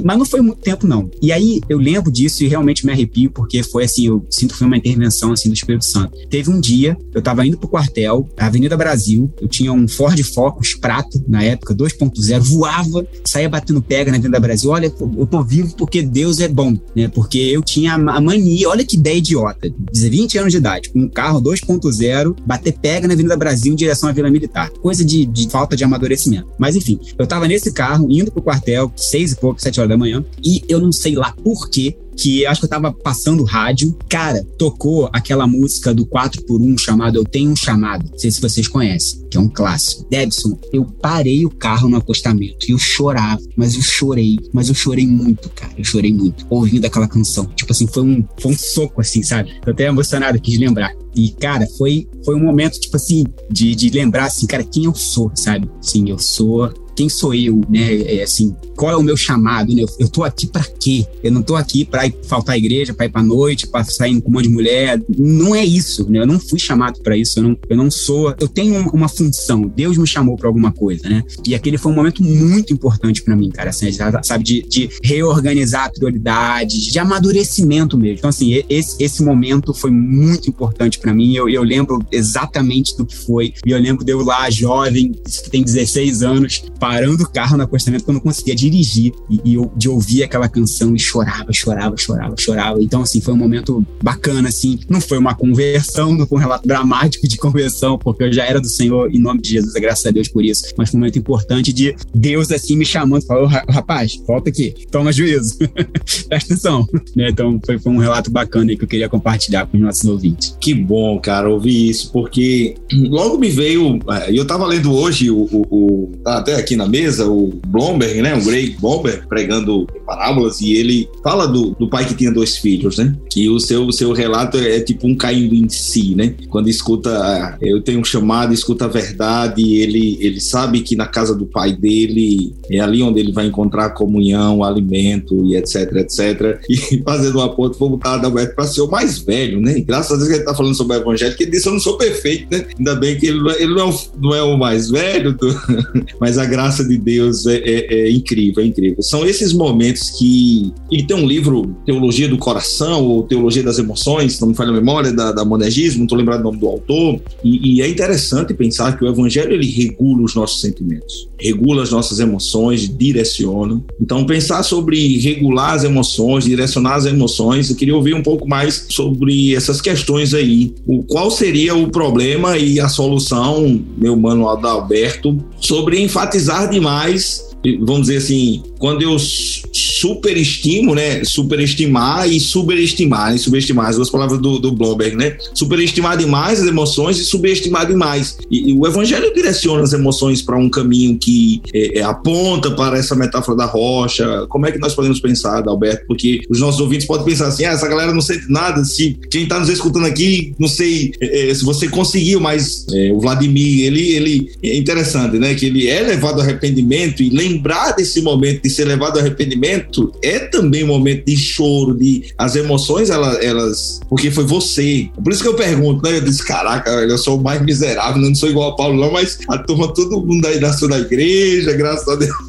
Speaker 3: mas não foi muito tempo, não. E aí eu lembro disso e realmente me arrepio, porque foi assim, eu sinto que foi uma intervenção assim do Espírito Santo. Teve um dia, eu tava indo pro quartel, Avenida Brasil, eu tinha um Ford Focus prata, na época, dois ponto zero, voava, saía batendo pega na Avenida Brasil. Olha, eu tô vivo porque Deus é bom, né? Porque eu tinha a mania, olha que ideia idiota, vinte anos de idade, com um carro dois ponto zero, bater pega na Avenida Brasil em direção à Vila Militar. Coisa de, de falta de amadurecimento. Mas enfim, eu tava nesse carro, indo pro quartel, seis e pouco, sete horas da manhã, e eu não sei lá por quê, que acho que eu tava passando rádio, cara, tocou aquela música do quatro por um chamado Eu Tenho um Chamado, não sei se vocês conhecem, que é um clássico. Debson, eu parei o carro no acostamento e eu chorava, mas eu chorei, mas eu chorei muito, cara, eu chorei muito, ouvindo aquela canção. Tipo assim, foi um, foi um soco assim, sabe? Tô até emocionado, quis lembrar. E, cara, foi, foi um momento, tipo assim, de, de lembrar, assim, cara, quem eu sou, sabe? Sim, eu sou... Quem sou eu, né? É, assim, qual é o meu chamado, né? Eu, eu tô aqui pra quê? Eu não tô aqui pra ir faltar à igreja, pra ir pra noite, pra sair com um monte de mulher. Não é isso, né? Eu não fui chamado pra isso, eu não, eu não sou... Eu tenho uma, uma função, Deus me chamou pra alguma coisa, né? E aquele foi um momento muito importante pra mim, cara, assim, sabe? De, de reorganizar prioridades, de amadurecimento mesmo. Então, assim, esse, esse momento foi muito importante pra mim. Eu, eu lembro exatamente do que foi. E eu lembro de eu lá, jovem, que tem dezesseis anos, parando o carro no acostamento quando eu não conseguia dirigir e, e eu, de ouvir aquela canção e chorava, chorava, chorava, chorava. Então, assim, foi um momento bacana, assim. Não foi uma conversão, não foi um relato dramático de conversão, porque eu já era do Senhor, em nome de Jesus, graças a Deus por isso. Mas foi um momento importante de Deus, assim, me chamando, falou, rapaz, volta aqui, toma juízo, presta atenção. Né? Então, foi, foi um relato bacana aí que eu queria compartilhar com os nossos ouvintes.
Speaker 1: Que bom, cara, ouvir isso, porque logo me veio, e eu tava lendo hoje, o, o, o tá até aqui na mesa, o Blomberg, né, o Greg Blomberg, pregando parábolas, e ele fala do, do pai que tinha dois filhos, né, que o seu, o seu relato é tipo um caindo em si, né, quando escuta, eu tenho um chamado, escuta a verdade, ele, ele sabe que na casa do pai dele é ali onde ele vai encontrar comunhão, alimento e etc, etc, e fazendo uma ponta, vou botar Adalberto para ser o mais velho, né, graças a Deus que ele tá falando sobre o evangelho, que ele disse, eu não sou perfeito, né, ainda bem que ele, ele não, é o, não é o mais velho, do, mas a graça de Deus é, é, é incrível, é incrível. São esses momentos que... E tem um livro, Teologia do Coração, ou Teologia das Emoções, não me falha a memória, da, da Monergismo, não estou lembrado o nome do autor, e, e é interessante pensar que o Evangelho, ele regula os nossos sentimentos, regula as nossas emoções, direciona. Então, pensar sobre regular as emoções, direcionar as emoções, eu queria ouvir um pouco mais sobre essas questões aí. O, qual seria o problema e a solução, meu mano Adalberto, sobre enfatizar demais, vamos dizer assim, quando eu superestimo, né, superestimar e superestimar, né, superestimar, as duas palavras do, do Blomberg, né, superestimar demais as emoções e subestimar demais, e, e o Evangelho direciona as emoções para um caminho que é, é, aponta para essa metáfora da rocha. Como é que nós podemos pensar, Adalberto? Porque os nossos ouvintes podem pensar assim, ah, essa galera não sente nada, se quem está nos escutando aqui, não sei é, se você conseguiu, mas é, o Vladimir, ele, ele é interessante, né, que ele é levado ao arrependimento, e lembrar desse momento de ser levado ao arrependimento é também um momento de choro, de as emoções, elas, elas porque foi você. Por isso que eu pergunto, né? Eu disse, caraca, eu sou o mais miserável, não sou igual a Paulo não, mas a turma, todo mundo aí nasceu na igreja, graças a Deus.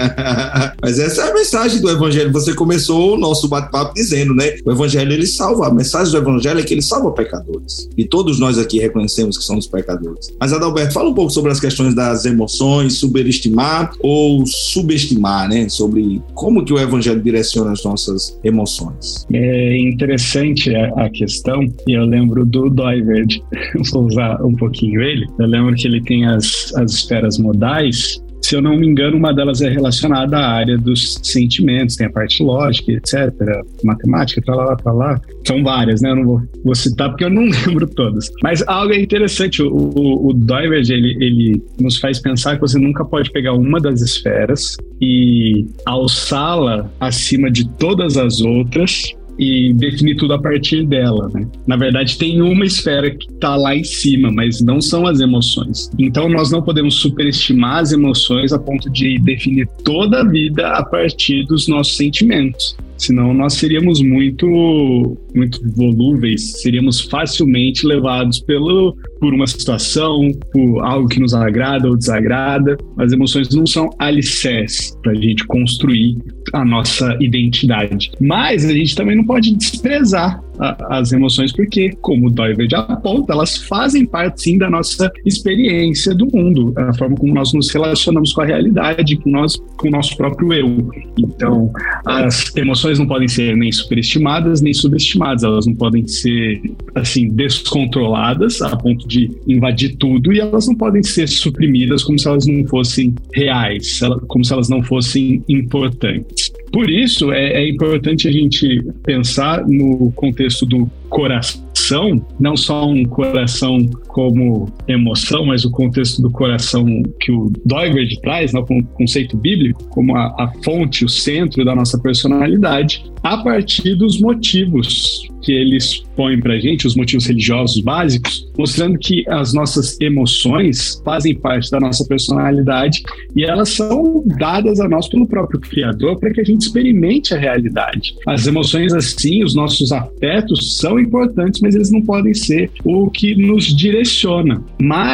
Speaker 1: Mas essa é a mensagem do Evangelho. Você começou o nosso bate-papo dizendo, né? O Evangelho, ele salva. A mensagem do Evangelho é que ele salva pecadores. E todos nós aqui reconhecemos que somos pecadores. Mas, Adalberto, fala um pouco sobre as questões das emoções, superestimar ou subestimar, né? Sobre como que o Evangelho direciona as nossas emoções.
Speaker 4: É interessante a, a questão, e eu lembro do Doiverd, vou usar um pouquinho ele, eu lembro que ele tem as, as esferas modais. Se eu não me engano, uma delas é relacionada à área dos sentimentos, tem a parte lógica, etcétera, matemática, pra lá, pra lá. São várias, né? Eu não vou, vou citar porque eu não lembro todas. Mas algo é interessante, o, o, o Doiverd, ele, ele nos faz pensar que você nunca pode pegar uma das esferas e alçá-la acima de todas as outras e definir tudo a partir dela, né? Na verdade, tem uma esfera que está lá em cima, mas não são as emoções. Então, nós não podemos superestimar as emoções a ponto de definir toda a vida a partir dos nossos sentimentos. Senão nós seríamos muito, muito volúveis, seríamos facilmente levados pelo, por uma situação, por algo que nos agrada ou desagrada. As emoções não são alicerces para a gente construir a nossa identidade. Mas a gente também não pode desprezar a, as emoções, porque, como o Doivert aponta, elas fazem parte, sim, da nossa experiência do mundo, a forma como nós nos relacionamos com a realidade, com, nós, com o nosso próprio eu. Então, as emoções não podem ser nem superestimadas, nem subestimadas. Elas não podem ser, assim, descontroladas a ponto de invadir tudo, e elas não podem ser suprimidas como se elas não fossem reais, como se elas não fossem importantes. Por isso, é, é importante a gente pensar no contexto do coração, não só um coração como emoção, mas o contexto do coração que o Doivert traz, né, o conceito bíblico, como a, a fonte, o centro da nossa personalidade, a partir dos motivos que eles põem pra gente, os motivos religiosos básicos, mostrando que as nossas emoções fazem parte da nossa personalidade e elas são dadas a nós pelo próprio Criador para que a gente experimente a realidade. As emoções, assim, os nossos afetos são importantes, mas eles não podem ser o que nos direciona.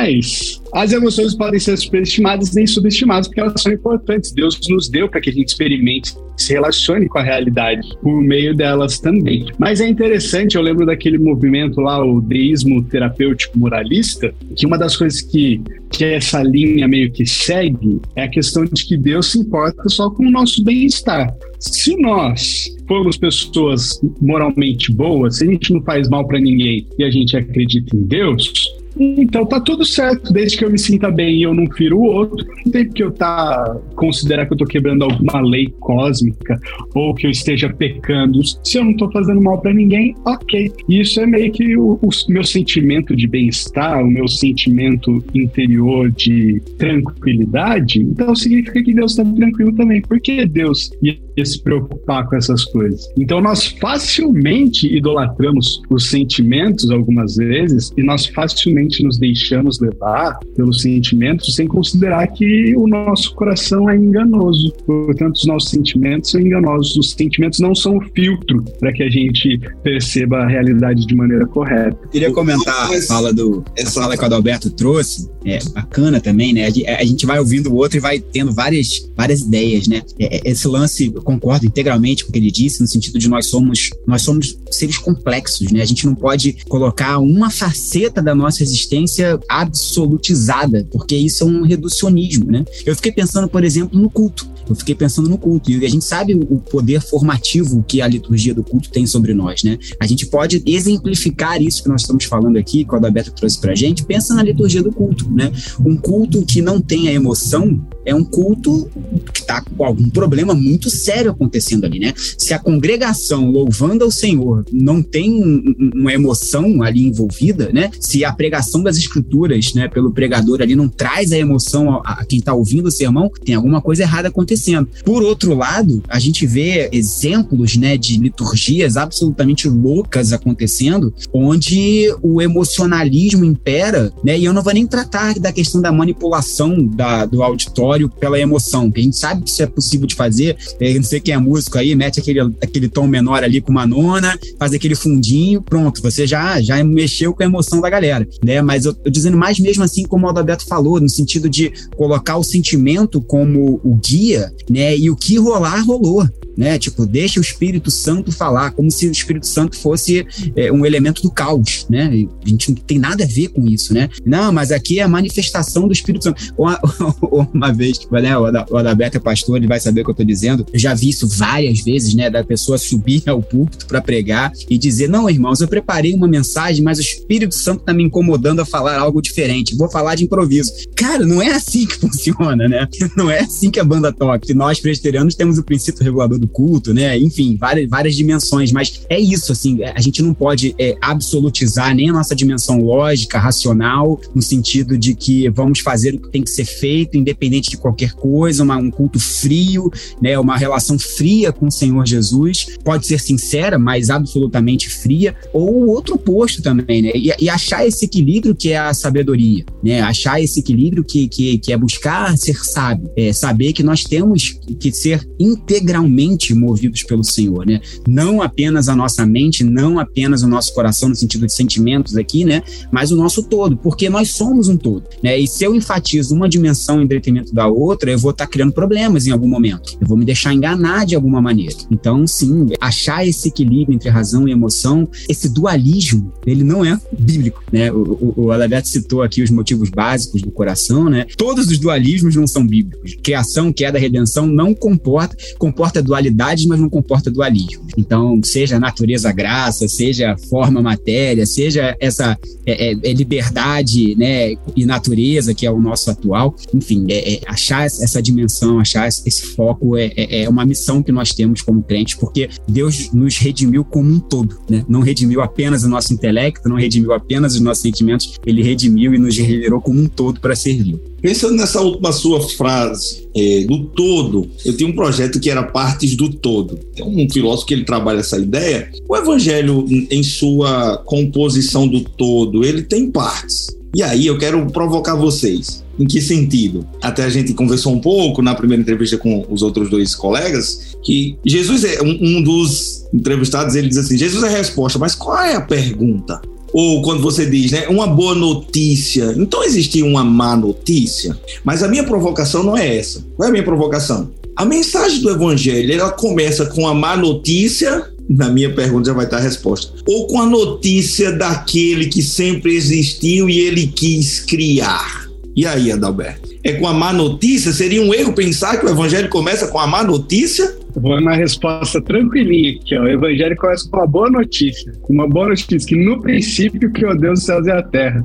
Speaker 4: Mas as emoções podem ser superestimadas nem subestimadas, porque elas são importantes. Deus nos deu para que a gente experimente, se relacione com a realidade por meio delas também. Mas é interessante, eu lembro daquele movimento lá, o deísmo terapêutico moralista, que uma das coisas que, que essa linha meio que segue é a questão de que Deus se importa só com o nosso bem-estar. Se nós formos pessoas moralmente boas, se a gente não faz mal para ninguém e a gente acredita em Deus, então tá tudo certo, desde que eu me sinta bem e eu não firo o outro, não tem porque eu tá, considerar que eu tô quebrando alguma lei cósmica ou que eu esteja pecando. Se eu não tô fazendo mal pra ninguém, ok. Isso é meio que o, o meu sentimento de bem-estar, o meu sentimento interior de tranquilidade. Então significa que Deus tá tranquilo também. Por que Deus ia se preocupar com essas coisas? Então nós facilmente idolatramos os sentimentos algumas vezes e nós facilmente nos deixamos levar pelos sentimentos sem considerar que o nosso coração é enganoso. Portanto, os nossos sentimentos são enganosos. Os sentimentos não são o filtro para que a gente perceba a realidade de maneira correta.
Speaker 3: Eu queria comentar a fala, do, a fala que o Adalberto trouxe, é bacana também, né? A gente vai ouvindo o outro e vai tendo várias, várias ideias, né? Esse lance, eu concordo integralmente com o que ele disse, no sentido de nós somos, nós somos seres complexos, né? A gente não pode colocar uma faceta da nossa existência absolutizada, porque isso é um reducionismo, né? Eu fiquei pensando, por exemplo, no culto. Eu fiquei pensando no culto. E a gente sabe o poder formativo que a liturgia do culto tem sobre nós, né? A gente pode exemplificar isso que nós estamos falando aqui, que o Adalberto trouxe pra gente. Pensa na liturgia do culto, né? Um culto que não tem a emoção é um culto que está com algum problema muito sério acontecendo ali, né? Se a congregação louvando ao Senhor não tem uma emoção ali envolvida, né? Se a pregação das escrituras, né, pelo pregador ali não traz a emoção a, a quem está ouvindo o sermão, tem alguma coisa errada acontecendo. Por outro lado, a gente vê exemplos, né, de liturgias absolutamente loucas acontecendo, onde o emocionalismo impera, né? E eu não vou nem tratar da questão da manipulação da, do auditório pela emoção, que a gente sabe que isso é possível de fazer. Eu não sei quem é músico aí, mete aquele, aquele tom menor ali com uma nona, faz aquele fundinho, pronto, você já, já mexeu com a emoção da galera, né? Mas eu tô dizendo mais mesmo assim, como o Adalberto falou, no sentido de colocar o sentimento como o guia, né? E o que rolar, rolou, né? Tipo, deixa o Espírito Santo falar, como se o Espírito Santo fosse é, um elemento do caos, né? E a gente não tem nada a ver com isso, né? Não, mas aqui é a manifestação do Espírito Santo. Uma, uma vez, né, o Adalberto é pastor, ele vai saber o que eu tô dizendo. Eu já vi isso várias vezes, né? Da pessoa subir ao púlpito para pregar e dizer, não, irmãos, eu preparei uma mensagem, mas o Espírito Santo tá me incomodando a falar algo diferente. Vou falar de improviso. Cara, não é assim que funciona, né? Não é assim que a banda toca. E nós, presbiterianos, temos o princípio regulador do culto, né? Enfim, várias, várias dimensões, mas é isso, assim, a gente não pode é, absolutizar nem a nossa dimensão lógica, racional, no sentido de que vamos fazer o que tem que ser feito, independente de qualquer coisa, uma, um culto frio, né? Uma relação fria com o Senhor Jesus, pode ser sincera, mas absolutamente fria, ou o outro oposto também, né? E, e achar esse equilíbrio que é a sabedoria, né? Achar esse equilíbrio que, que, que é buscar ser sábio, é saber que nós temos que ser integralmente totalmente movidos pelo Senhor, né? Não apenas a nossa mente, não apenas o nosso coração no sentido de sentimentos aqui, né? Mas o nosso todo, porque nós somos um todo, né? E se eu enfatizo uma dimensão em detrimento da outra, eu vou estar criando problemas em algum momento. Eu vou me deixar enganar de alguma maneira. Então, sim, achar esse equilíbrio entre razão e emoção, esse dualismo, ele não é bíblico, né? O, o, o Adalberto citou aqui os motivos básicos do coração, né? Todos os dualismos não são bíblicos. Criação, queda, redenção não comporta, comporta dualidades, mas não comporta dualismo. Então, seja natureza, graça, seja forma, matéria, seja essa é, é, liberdade, né, e natureza, que é o nosso atual, enfim, é, é, achar essa dimensão, achar esse foco é, é, é uma missão que nós temos como crentes, porque Deus nos redimiu como um todo, né? Não redimiu apenas o nosso intelecto, não redimiu apenas os nossos sentimentos, ele redimiu e nos regenerou como um todo para servir.
Speaker 1: Pensando nessa última sua frase, é, do todo, eu tinha um projeto que era Partes do Todo. Tem um filósofo que ele trabalha essa ideia. O evangelho, em sua composição do todo, ele tem partes. E aí eu quero provocar vocês. Em que sentido? Até a gente conversou um pouco na primeira entrevista com os outros dois colegas, que Jesus é um, um dos entrevistados, ele diz assim, Jesus é a resposta, mas qual é a pergunta? Ou quando você diz, né, uma boa notícia, então existe uma má notícia? Mas a minha provocação não é essa. Qual é a minha provocação? A mensagem do evangelho, ela começa com a má notícia, na minha pergunta já vai estar a resposta, ou com a notícia daquele que sempre existiu e ele quis criar. E aí, Adalberto? É com a má notícia? Seria um erro pensar que o evangelho começa com a má notícia?
Speaker 4: Vou na resposta tranquilinha aqui, ó. O evangelho começa com uma boa notícia. Com uma boa notícia, que no princípio criou Deus os céus e a terra.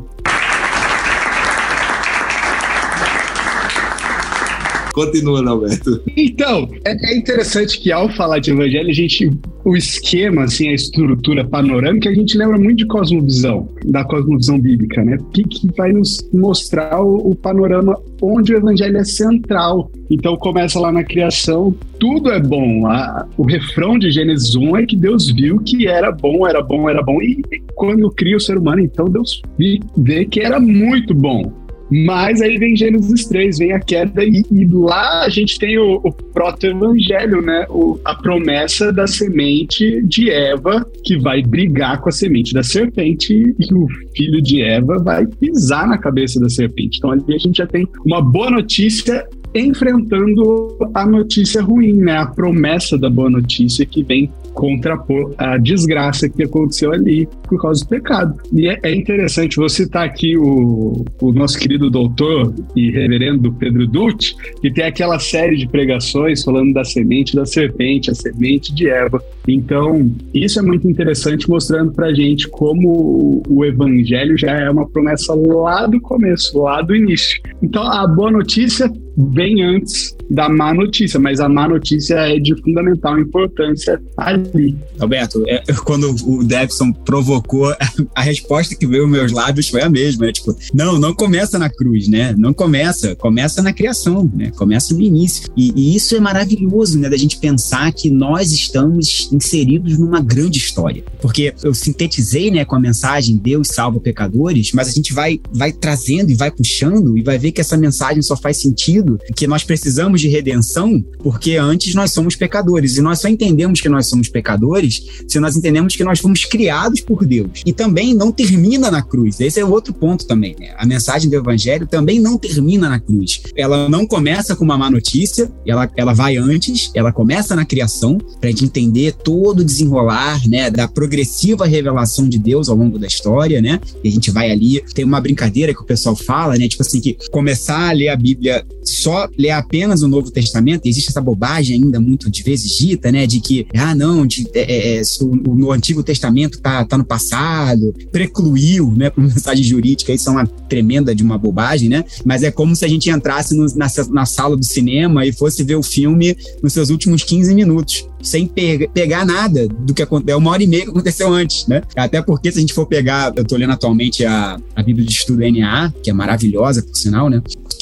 Speaker 1: Continua, Adalberto.
Speaker 4: Então, é interessante que ao falar de evangelho, a gente, o esquema, assim, a estrutura panorâmica, a gente lembra muito de cosmovisão, da cosmovisão bíblica, né? Que, que vai nos mostrar o, o panorama onde o evangelho é central. Então começa lá na criação, tudo é bom. A, o refrão de Gênesis um é que Deus viu que era bom, era bom, era bom. E, e quando cria o ser humano, então Deus vê que era muito bom. Mas aí vem Gênesis três, vem a queda e, e lá a gente tem o, o proto-evangelho, né? O, a promessa da semente de Eva que vai brigar com a semente da serpente e o filho de Eva vai pisar na cabeça da serpente. Então ali a gente já tem uma boa notícia enfrentando a notícia ruim, né? A promessa da boa notícia que vem contrapor a desgraça que aconteceu ali por causa do pecado. E é, é interessante, vou citar aqui o, o nosso querido doutor e reverendo Pedro Dutti, que tem aquela série de pregações falando da semente da serpente, a semente de Eva. Então, isso é muito interessante, mostrando pra gente como o evangelho já é uma promessa lá do começo, lá do início. Então, a boa notícia vem antes da má notícia, mas a má notícia é de fundamental importância ali.
Speaker 3: Alberto, é, quando o Devson provocou, a resposta que veio aos meus lábios foi a mesma, né? Tipo, não, não começa na cruz, né? Não começa, começa na criação, né? Começa no início. E, e isso é maravilhoso, né? Da gente pensar que nós estamos inseridos numa grande história. Porque eu sintetizei, né, com a mensagem Deus salva pecadores, mas a gente vai, vai trazendo e vai puxando e vai ver que essa mensagem só faz sentido, que nós precisamos de redenção, porque antes nós somos pecadores, e nós só entendemos que nós somos pecadores se nós entendemos que nós fomos criados por Deus. E também não termina na cruz. Esse é outro ponto também, né? A mensagem do evangelho também não termina na cruz. Ela não começa com uma má notícia, ela, ela vai antes, ela começa na criação, para a gente entender todo o desenrolar, né, da progressiva revelação de Deus ao longo da história, né? E a gente vai ali, tem uma brincadeira que o pessoal fala, né? Tipo assim, que começar a ler a Bíblia, só ler apenas o Novo Testamento, existe essa bobagem ainda muito de vezes dita, né? De que, ah, não, de, é, é, o, o Antigo Testamento tá, tá no passado, precluiu, né? Por mensagem jurídica, isso é uma tremenda de uma bobagem, né? Mas é como se a gente entrasse no, na, na sala do cinema e fosse ver o filme nos seus últimos quinze minutos. Sem pe- pegar nada do que aconteceu, uma hora e meia que aconteceu antes, né? Até porque se a gente for pegar, eu tô lendo atualmente a, a Bíblia de Estudo N A A, que é maravilhosa, por sinal, né?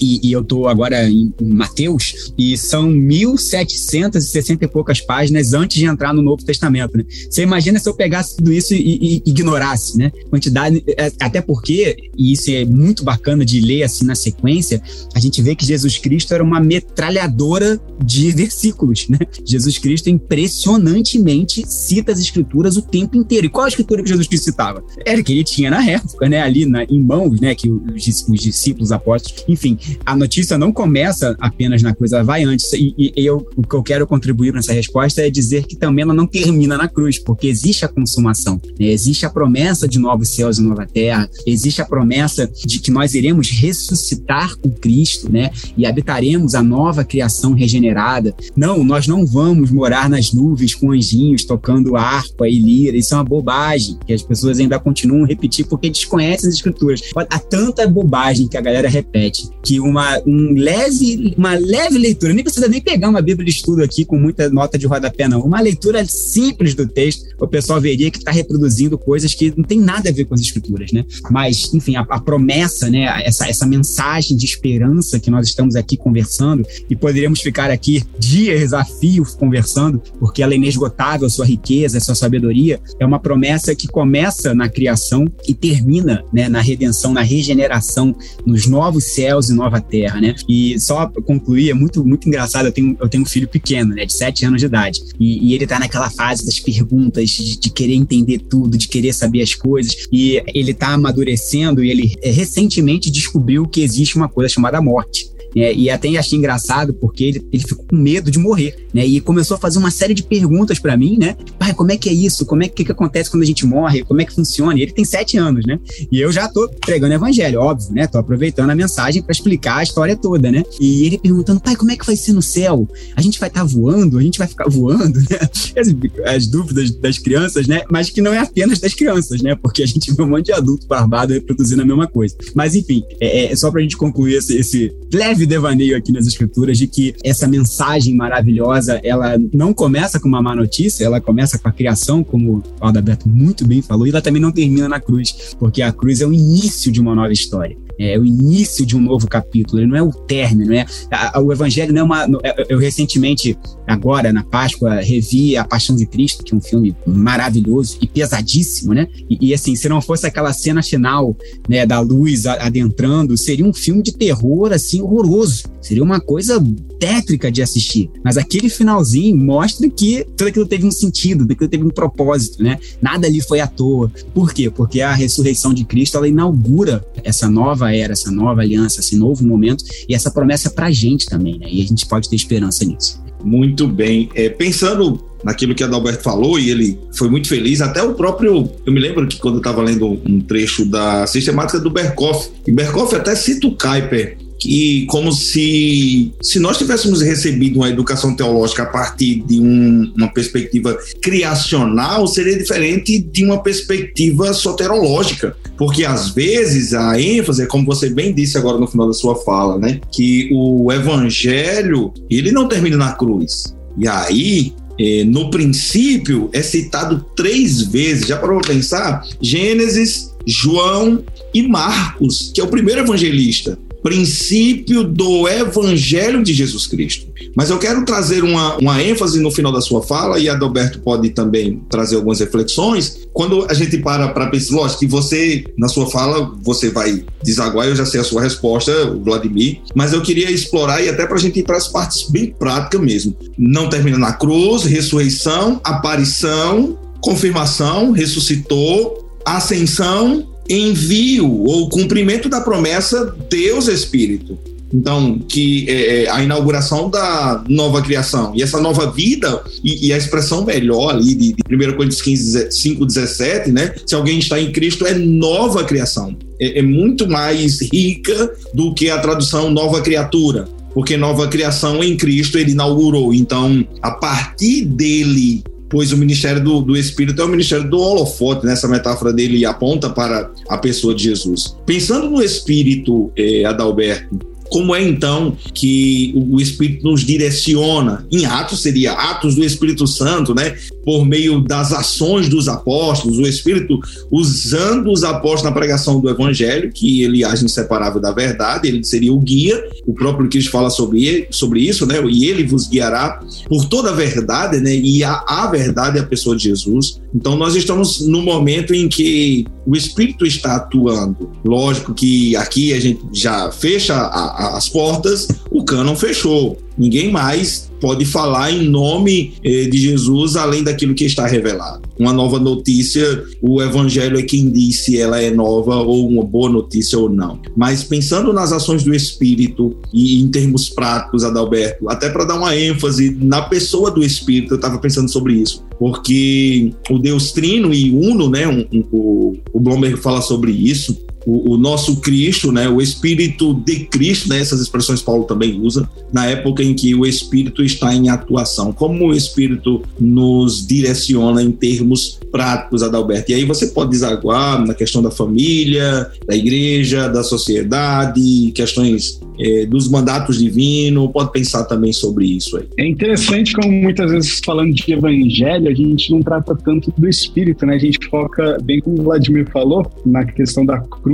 Speaker 3: e, e eu estou agora em, em Mateus, e são mil setecentas e sessenta e poucas páginas antes de entrar no Novo Testamento, né? Você imagina se eu pegasse tudo isso e, e ignorasse, né? Quantidade, até porque, e isso é muito bacana de ler assim na sequência, a gente vê que Jesus Cristo era uma metralhadora de versículos, né? Jesus Cristo impressionantemente cita as escrituras o tempo inteiro. E qual a escritura que Jesus Cristo citava? Era que ele tinha na época, né? Ali na, em mãos, né? Que os, os discípulos, apóstolos, enfim, a notícia não começa apenas na cruz, ela vai antes. E, e eu, o que eu quero contribuir para essa resposta é dizer que também ela não termina na cruz, porque existe a consumação, né? Existe a promessa de novos céus e nova terra, existe a promessa de que nós iremos ressuscitar com Cristo, né? E habitaremos a nova criação regenerada. Não, nós não vamos morar nas nuvens com anjinhos tocando harpa e lira. Isso é uma bobagem que as pessoas ainda continuam a repetir porque desconhecem as escrituras. Há tanta bobagem que a galera repete que uma, um leve, uma leve leitura, nem precisa nem pegar uma Bíblia de estudo aqui com muita nota de rodapé, não. Uma leitura simples do texto, o pessoal veria que está reproduzindo coisas que não tem nada a ver com as escrituras, né? Mas, enfim, a, a promessa, né? Essa, essa mensagem de esperança que nós estamos aqui conversando, e poderíamos ficar aqui dias a fio conversando, porque ela é inesgotável, a sua riqueza, a sua sabedoria, é uma promessa que começa na criação e termina, né, na redenção, na regeneração, nos novos céus e nova terra, né? E só concluir, é muito, muito engraçado, eu tenho, eu tenho um filho pequeno, né, de sete anos de idade, e, e ele tá naquela fase das perguntas, de, de querer entender tudo, de querer saber as coisas, e ele tá amadurecendo, e ele é, recentemente descobriu que existe uma coisa chamada morte. É, e até achei engraçado porque ele, ele ficou com medo de morrer, né? E começou a fazer uma série de perguntas pra mim, né? Pai, como é que é isso? Como é que, que acontece quando a gente morre? Como é que funciona? E ele tem sete anos, né? E eu já tô pregando evangelho, óbvio, né? Tô aproveitando a mensagem pra explicar a história toda, né? E ele perguntando, pai, como é que vai ser no céu? A gente vai estar tá voando? A gente vai ficar voando, né? As, as dúvidas das crianças, né? Mas que não é apenas das crianças, né? Porque a gente vê um monte de adulto barbado reproduzindo a mesma coisa. Mas enfim, é, é só pra gente concluir esse, esse leve devaneio aqui nas escrituras de que essa mensagem maravilhosa, ela não começa com uma má notícia, ela começa com a criação, como o Adalberto muito bem falou, e ela também não termina na cruz, porque a cruz é o início de uma nova história. É o início de um novo capítulo, ele não é o término, né? O evangelho não é uma... Eu recentemente, agora na Páscoa, revi A Paixão de Cristo, que é um filme maravilhoso e pesadíssimo, né? E, e assim, se não fosse aquela cena final, né, da luz adentrando, seria um filme de terror, assim, horroroso. Seria uma coisa tétrica de assistir. Mas aquele finalzinho mostra que tudo aquilo teve um sentido, tudo aquilo teve um propósito, né? Nada ali foi à toa. Por quê? Porque a ressurreição de Cristo, ela inaugura essa nova era, essa nova aliança, esse novo momento, e essa promessa é pra gente também, né? E a gente pode ter esperança nisso.
Speaker 1: Muito bem. É, pensando naquilo que Adalberto falou, e ele foi muito feliz, até o próprio... Eu me lembro que quando eu estava lendo um trecho da sistemática do Berkhoff, e Berkhoff até cita o Kuyper, que como se, se nós tivéssemos recebido uma educação teológica a partir de um, uma perspectiva criacional, seria diferente de uma perspectiva soterológica, porque às vezes a ênfase, como você bem disse agora no final da sua fala, né, que o evangelho, ele não termina na cruz. E aí, eh, no princípio, é citado três vezes, já parou para pensar? Gênesis, João e Marcos, que é o primeiro evangelista. Princípio do Evangelho de Jesus Cristo. Mas eu quero trazer uma, uma ênfase no final da sua fala, e Adalberto pode também trazer algumas reflexões. Quando a gente para para pensar, lógico que você, na sua fala, você vai desaguar, eu já sei a sua resposta, Vladimir, mas eu queria explorar, e até para a gente ir para as partes bem práticas mesmo. Não termina na cruz, ressurreição, aparição, confirmação, ressuscitou, ascensão, envio ou cumprimento da promessa Deus Espírito. Então, que é a inauguração da nova criação. E essa nova vida, e, e a expressão melhor ali de, de primeira Coríntios cinco, dezessete, né? Se alguém está em Cristo, é nova criação. É, é muito mais rica do que a tradução nova criatura. Porque nova criação em Cristo ele inaugurou. Então, a partir dele, pois o ministério do, do Espírito é o ministério do holofote, né? Essa metáfora dele aponta para a pessoa de Jesus. Pensando no Espírito, eh, Adalberto, Como é então que o Espírito nos direciona? Em Atos seria Atos do Espírito Santo, né? Por meio das ações dos apóstolos, o Espírito usando os apóstolos na pregação do Evangelho, que ele age inseparável da verdade, ele seria o guia, o próprio Cristo fala sobre, ele, sobre isso, né? E ele vos guiará por toda a verdade, né? E a, a verdade é a pessoa de Jesus. Então nós estamos no momento em que o Espírito está atuando. Lógico que aqui a gente já fecha a, a, as portas, o cânon fechou. Ninguém mais pode falar em nome eh, de Jesus além daquilo que está revelado. Uma nova notícia, o Evangelho é quem diz se ela é nova ou uma boa notícia ou não. Mas pensando nas ações do Espírito e em termos práticos, Adalberto, até para dar uma ênfase na pessoa do Espírito, eu estava pensando sobre isso, porque o Deus Trino e Uno, né, um, um, o, o Blomberg fala sobre isso. O, o nosso Cristo, né, o Espírito de Cristo, né, essas expressões Paulo também usa, na época em que o Espírito está em atuação. Como o Espírito nos direciona em termos práticos, Adalberto? E aí você pode desaguar na questão da família, da igreja, da sociedade, questões é, dos mandatos divinos, pode pensar também sobre isso aí.
Speaker 4: É interessante como muitas vezes falando de evangelho, a gente não trata tanto do Espírito, né? A gente foca, bem como o Vladimir falou, na questão da cruz,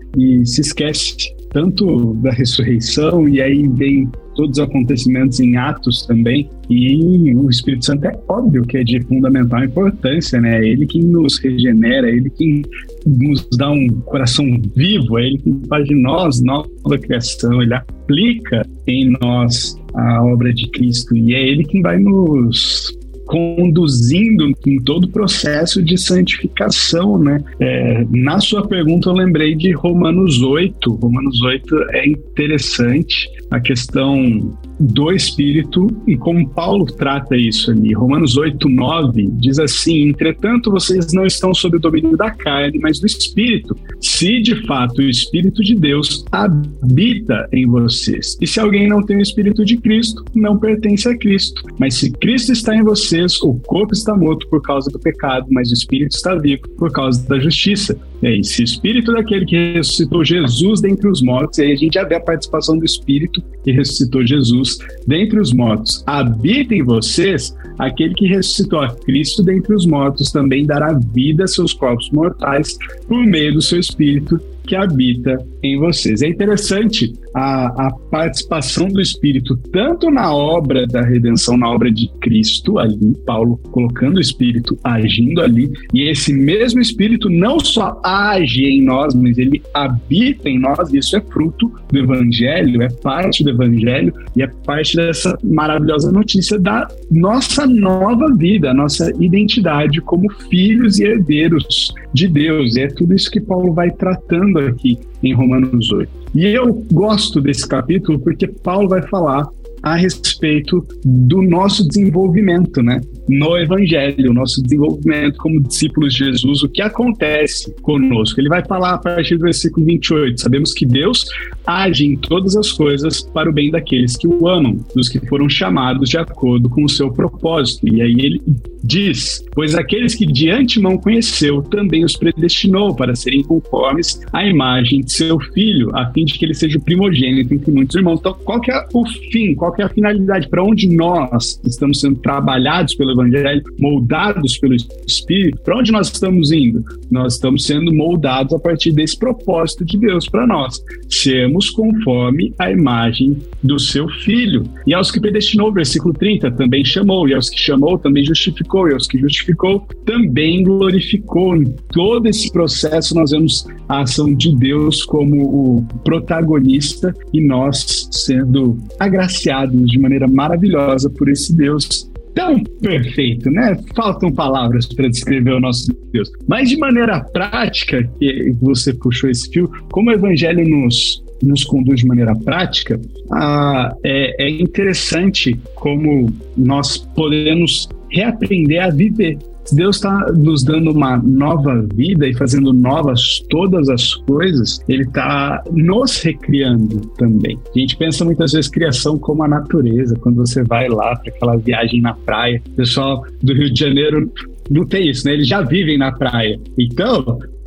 Speaker 4: e se esquece tanto da ressurreição, e aí vem todos os acontecimentos em Atos também, e o Espírito Santo é óbvio que é de fundamental importância, né? É ele que nos regenera, é ele que nos dá um coração vivo, é ele que faz de nós nova criação, ele aplica em nós a obra de Cristo, e é ele que vai nos conduzindo em todo o processo de santificação, né? É, na sua pergunta eu lembrei de Romanos oito. Romanos oito é interessante, a questão do Espírito e como Paulo trata isso ali. Romanos oito, nove diz assim: entretanto vocês não estão sob o domínio da carne, mas do Espírito, se de fato o Espírito de Deus habita em vocês. E se alguém não tem o Espírito de Cristo, não pertence a Cristo. Mas se Cristo está em vocês, o corpo está morto por causa do pecado, mas o Espírito está vivo por causa da justiça. E aí, se o Espírito daquele que ressuscitou Jesus dentre os mortos, e aí a gente já vê a participação do Espírito que ressuscitou Jesus dentre os mortos, habita em vocês, aquele que ressuscitou a Cristo dentre os mortos também dará vida a seus corpos mortais por meio do seu Espírito que habita em vocês. É interessante a, a participação do Espírito tanto na obra da redenção, na obra de Cristo ali, Paulo colocando o Espírito agindo ali, e esse mesmo Espírito não só age em nós, mas ele habita em nós. Isso é fruto do Evangelho, é parte do Evangelho e é parte dessa maravilhosa notícia da nossa nova vida, a nossa identidade como filhos e herdeiros de Deus. E é tudo isso que Paulo vai tratando aqui em Romanos oito. E eu gosto desse capítulo porque Paulo vai falar a respeito do nosso desenvolvimento, né, no Evangelho, o nosso desenvolvimento como discípulos de Jesus, o que acontece conosco. Ele vai falar a partir do versículo vinte e oito, sabemos que Deus age em todas as coisas para o bem daqueles que o amam, dos que foram chamados de acordo com o seu propósito. E aí ele diz, pois aqueles que de antemão conheceu, também os predestinou para serem conformes à imagem de seu Filho, a fim de que ele seja o primogênito entre muitos irmãos. Então, qual que é o fim? Qual que é a finalidade? Para onde nós estamos sendo trabalhados pelo Evangelho, moldados pelo Espírito? Para onde nós estamos indo? Nós estamos sendo moldados a partir desse propósito de Deus para nós, sermos conforme a imagem do seu Filho. E aos que predestinou, versículo trinta, também chamou, e aos que chamou, também justificou, e aos que justificou, também glorificou. Em todo esse processo nós vemos a ação de Deus como o protagonista e nós sendo agraciados de maneira maravilhosa por esse Deus tão perfeito, né? Faltam palavras para descrever o nosso Deus. Mas de maneira prática, que você puxou esse fio, como o Evangelho nos, nos conduz de maneira prática, ah, é, é interessante como nós podemos reaprender a viver. Deus está nos dando uma nova vida e fazendo novas todas as coisas, ele está nos recriando também. A gente pensa muitas vezes criação como a natureza, quando você vai lá para aquela viagem na praia, o pessoal do Rio de Janeiro não tem isso, né? Eles já vivem na praia. Então,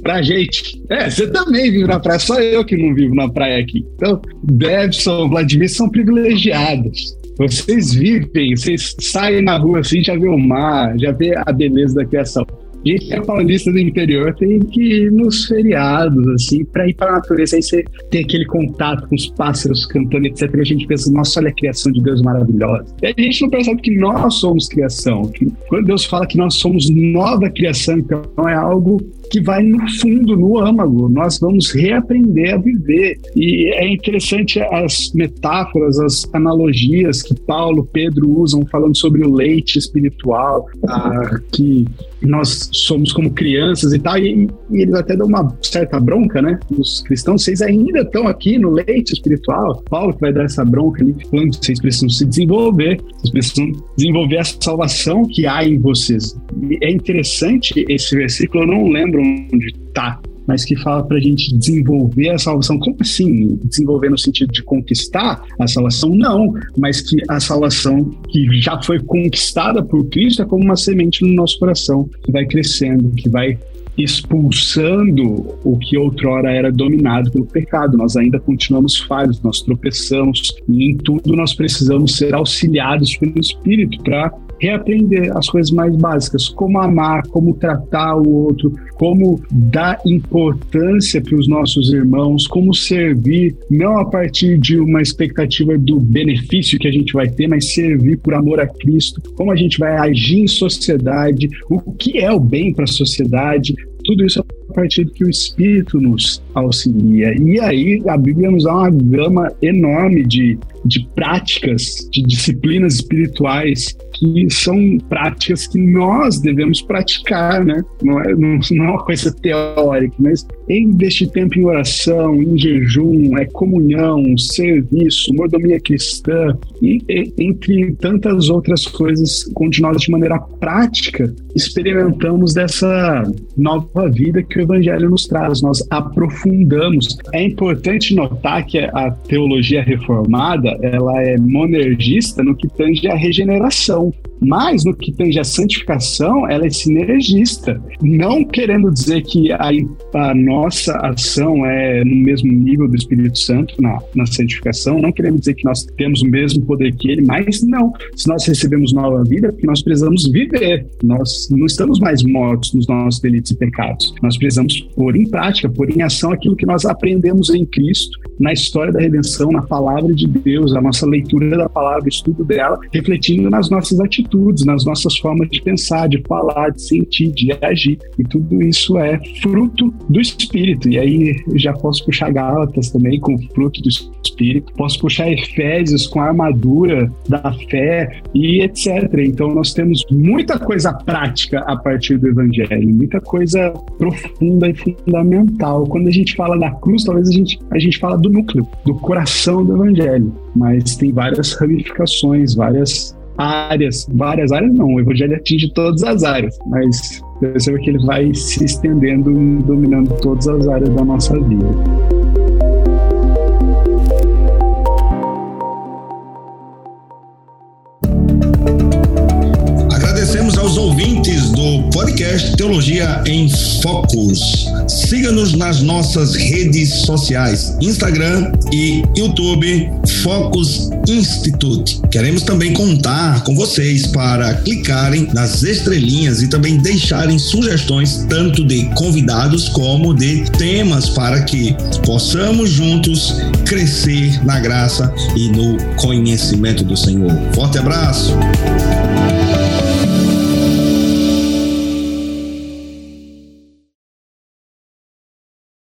Speaker 4: pra gente. É, você também vive na praia, só eu que não vivo na praia aqui. Então, Davidson, Vladimir são privilegiados. Vocês vivem, vocês saem na rua assim, já vê o mar, já vê a beleza da criação. A gente é paulista do interior, tem que ir nos feriados, assim, para ir para a natureza. Aí você tem aquele contato com os pássaros cantando, etcétera. E a gente pensa, nossa, olha a criação de Deus maravilhosa. E a gente não percebe que nós somos criação. Que quando Deus fala que nós somos nova criação, então é algo que vai no fundo, no âmago. Nós vamos reaprender a viver. E é interessante as metáforas, as analogias que Paulo, Pedro usam falando sobre o leite espiritual, ah, que nós somos como crianças e tal, e, e eles até dão uma certa bronca, né? Os cristãos, vocês ainda estão aqui no leite espiritual. Paulo que vai dar essa bronca ali, falando que vocês precisam se desenvolver, vocês precisam desenvolver a salvação que há em vocês. E é interessante esse versículo, eu não lembro onde está, mas que fala para a gente desenvolver a salvação. Como assim? Desenvolver no sentido de conquistar a salvação? Não, mas que a salvação que já foi conquistada por Cristo é como uma semente no nosso coração, que vai crescendo, que vai expulsando o que outrora era dominado pelo pecado. Nós ainda continuamos falhos, nós tropeçamos, e em tudo nós precisamos ser auxiliados pelo Espírito para reaprender as coisas mais básicas, como amar, como tratar o outro, como dar importância para os nossos irmãos, como servir, não a partir de uma expectativa do benefício que a gente vai ter, mas servir por amor a Cristo, como a gente vai agir em sociedade, o que é o bem para a sociedade. Tudo isso a partir do que o Espírito nos auxilia. E aí a Bíblia nos dá uma gama enorme de, de práticas, de disciplinas espirituais, que são práticas que nós devemos praticar, né? Não é, não, não é uma coisa teórica, mas é investir tempo em oração, em jejum, é comunhão, serviço, mordomia cristã, e, e entre tantas outras coisas, onde nós, de maneira prática, experimentamos dessa nova vida que o Evangelho nos traz, nós aprofundamos. É importante notar que a teologia reformada, ela é monergista no que tange a regeneração, mas no que tange a santificação, ela é sinergista, não querendo dizer que a, a nossa ação é no mesmo nível do Espírito Santo na, na santificação, não querendo dizer que nós temos o mesmo poder que ele, mas não, se nós recebemos nova vida, é porque nós precisamos viver, nós não estamos mais mortos nos nossos delitos e pecados, nós precisamos pôr em prática, pôr em ação aquilo que nós aprendemos em Cristo, na história da redenção, na palavra de Deus, a nossa leitura da palavra, o estudo dela, refletindo nas nossas atitudes, nas nossas formas de pensar, de falar, de sentir, de agir. E tudo isso é fruto do Espírito. E aí já posso puxar Gálatas também com o fruto do Espírito, posso puxar Efésios com a armadura da fé e etcétera. Então nós temos muita coisa prática a partir do Evangelho, muita coisa profunda e fundamental. Quando a gente fala da cruz, talvez a gente, a gente fala do núcleo, do coração do Evangelho, mas tem várias ramificações, várias áreas, várias áreas não, o Evangelho atinge todas as áreas, mas perceba que ele vai se estendendo e dominando todas as áreas da nossa vida.
Speaker 1: Agradecemos aos ouvintes do podcast Teologia em Focus. Siga-nos nas nossas redes sociais, Instagram e YouTube, Focus Institute. Queremos também contar com vocês para clicarem nas estrelinhas e também deixarem sugestões tanto de convidados como de temas para que possamos juntos crescer na graça e no conhecimento do Senhor. Forte abraço!